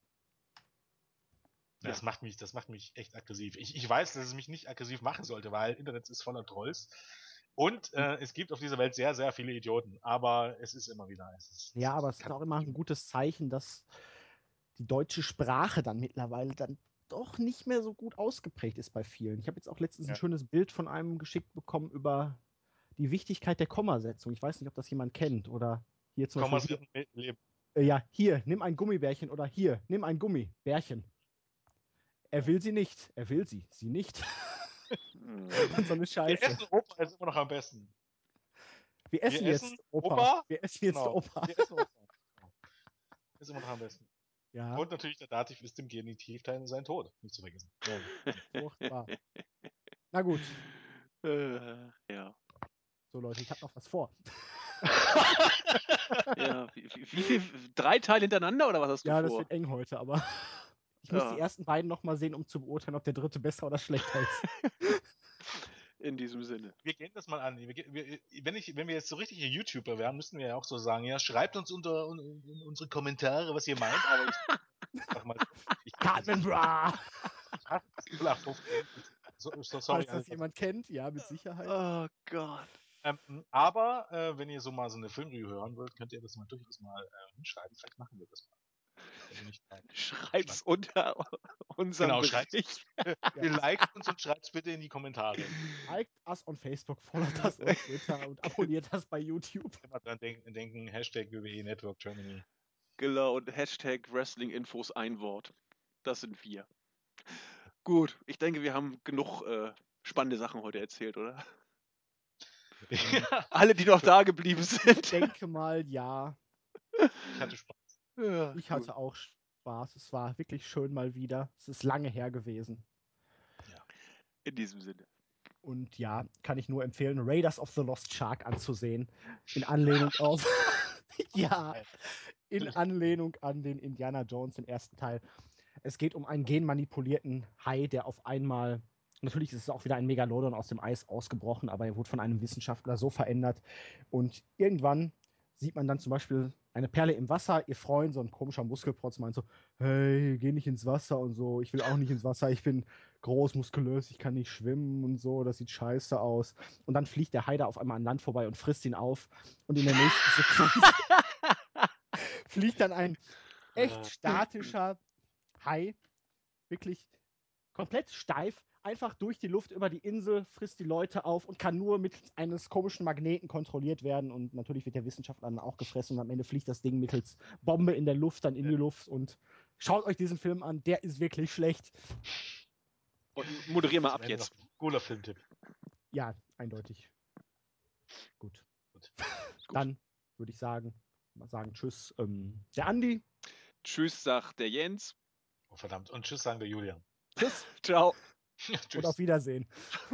Das Ja. macht mich, das macht mich echt aggressiv. Ich, ich weiß, dass es mich nicht aggressiv machen sollte, weil Internet ist voller Trolls. Und äh, es gibt auf dieser Welt sehr, sehr viele Idioten. Aber es ist immer wieder. Es ist, Ja, aber es es ist kann auch immer ein nicht- gutes Zeichen, dass die deutsche Sprache dann mittlerweile dann doch nicht mehr so gut ausgeprägt ist bei vielen. Ich habe jetzt auch letztens ein Ja. schönes Bild von einem geschickt bekommen über die Wichtigkeit der Kommasetzung. Ich weiß nicht, ob das jemand kennt oder hier zum Kommas Beispiel. retten Leben. Hier, äh, ja, hier, nimm ein Gummibärchen oder hier, nimm ein Gummibärchen. Er Ja. will sie nicht. Er will sie. Sie nicht. Und so eine Wir Scheiße. essen Opa ist immer noch am besten. Wir essen, Wir jetzt essen Opa. Opa. Wir essen jetzt Genau. Opa. Wir essen Opa. Genau. Ist immer noch am besten. Ja, Und natürlich der Dativ ist im Genitivteil sein Tod. Nicht zu vergessen. Ja. furchtbar. Na gut. Äh, ja. So, Leute, ich habe noch was vor. Ja, wie, wie, wie viel? Drei Teile hintereinander oder was hast du Ja, das vor? wird eng heute, aber ich muss Ja. die ersten beiden noch mal sehen, um zu beurteilen, ob der dritte besser oder schlechter ist. In diesem Sinne. Wir gehen das mal an. Wir, ge- wir, wenn, ich, wenn wir jetzt so richtige YouTuber wären, müssten wir ja auch so sagen, ja, schreibt uns unter un, in unsere Kommentare, was ihr meint, aber ich sag mal so, ich Cartman Bra! null acht fünfzehn. So, so, sorry, Falls das alles, jemand kennt, ja, mit Sicherheit. Oh Gott. ähm, aber äh, wenn ihr so mal so eine Filmreview hören wollt, könnt ihr das mal durchaus mal äh, hinschreiben. Vielleicht machen wir das mal. Da bin ich dabei. Schreib's unter unserem Genau, schreibt's. Bericht. Ihr liked uns und schreibt bitte in die Kommentare. Liked us on Facebook, followt us on Twitter und abonniert das bei YouTube. Immer dran denken, denken Hashtag W W E Network Germany. Genau, und Hashtag Wrestling-Infos ein Wort. Das sind wir. Gut, ich denke, wir haben genug äh, spannende Sachen heute erzählt, oder? Ja, Alle, die noch da geblieben Ich sind. denke mal, ja. ich hatte Spaß. Ja, Ich gut. hatte auch Spaß. Es war wirklich schön mal wieder. Es ist lange her gewesen. In diesem Sinne. Und ja, kann ich nur empfehlen, Raiders of the Lost Shark anzusehen. In Anlehnung auf. ja, in Anlehnung an den Indiana Jones, den ersten Teil. Es geht um einen genmanipulierten Hai, der auf einmal. Natürlich ist es auch wieder ein Megalodon aus dem Eis ausgebrochen, aber er wurde von einem Wissenschaftler so verändert. Und irgendwann sieht man dann zum Beispiel eine Perle im Wasser. Ihr Freund, so ein komischer Muskelprotz, meint so: Hey, geh nicht ins Wasser und so. Ich will auch nicht ins Wasser. Ich bin groß, muskulös, ich kann nicht schwimmen und so. Das sieht scheiße aus. Und dann fliegt der Hai da auf einmal an Land vorbei und frisst ihn auf. Und in der nächsten Sequenz fliegt dann ein echt statischer Hai, wirklich komplett steif, einfach durch die Luft über die Insel, frisst die Leute auf und kann nur mit eines komischen Magneten kontrolliert werden. Und natürlich wird der Wissenschaftler dann auch gefressen und am Ende fliegt das Ding mittels Bombe in der Luft dann in die Luft. Und schaut euch diesen Film an, der ist wirklich schlecht. Und moderier mal Zum ab Ende jetzt. noch ein cooler Filmtipp. Ja, eindeutig. Gut. Gut. Dann würde ich sagen, mal sagen Tschüss, ähm, der Andi. Tschüss, sagt der Jens. Oh, verdammt. Und tschüss sagen der Julian. Tschüss Ciao. und Tschüss. auf Wiedersehen.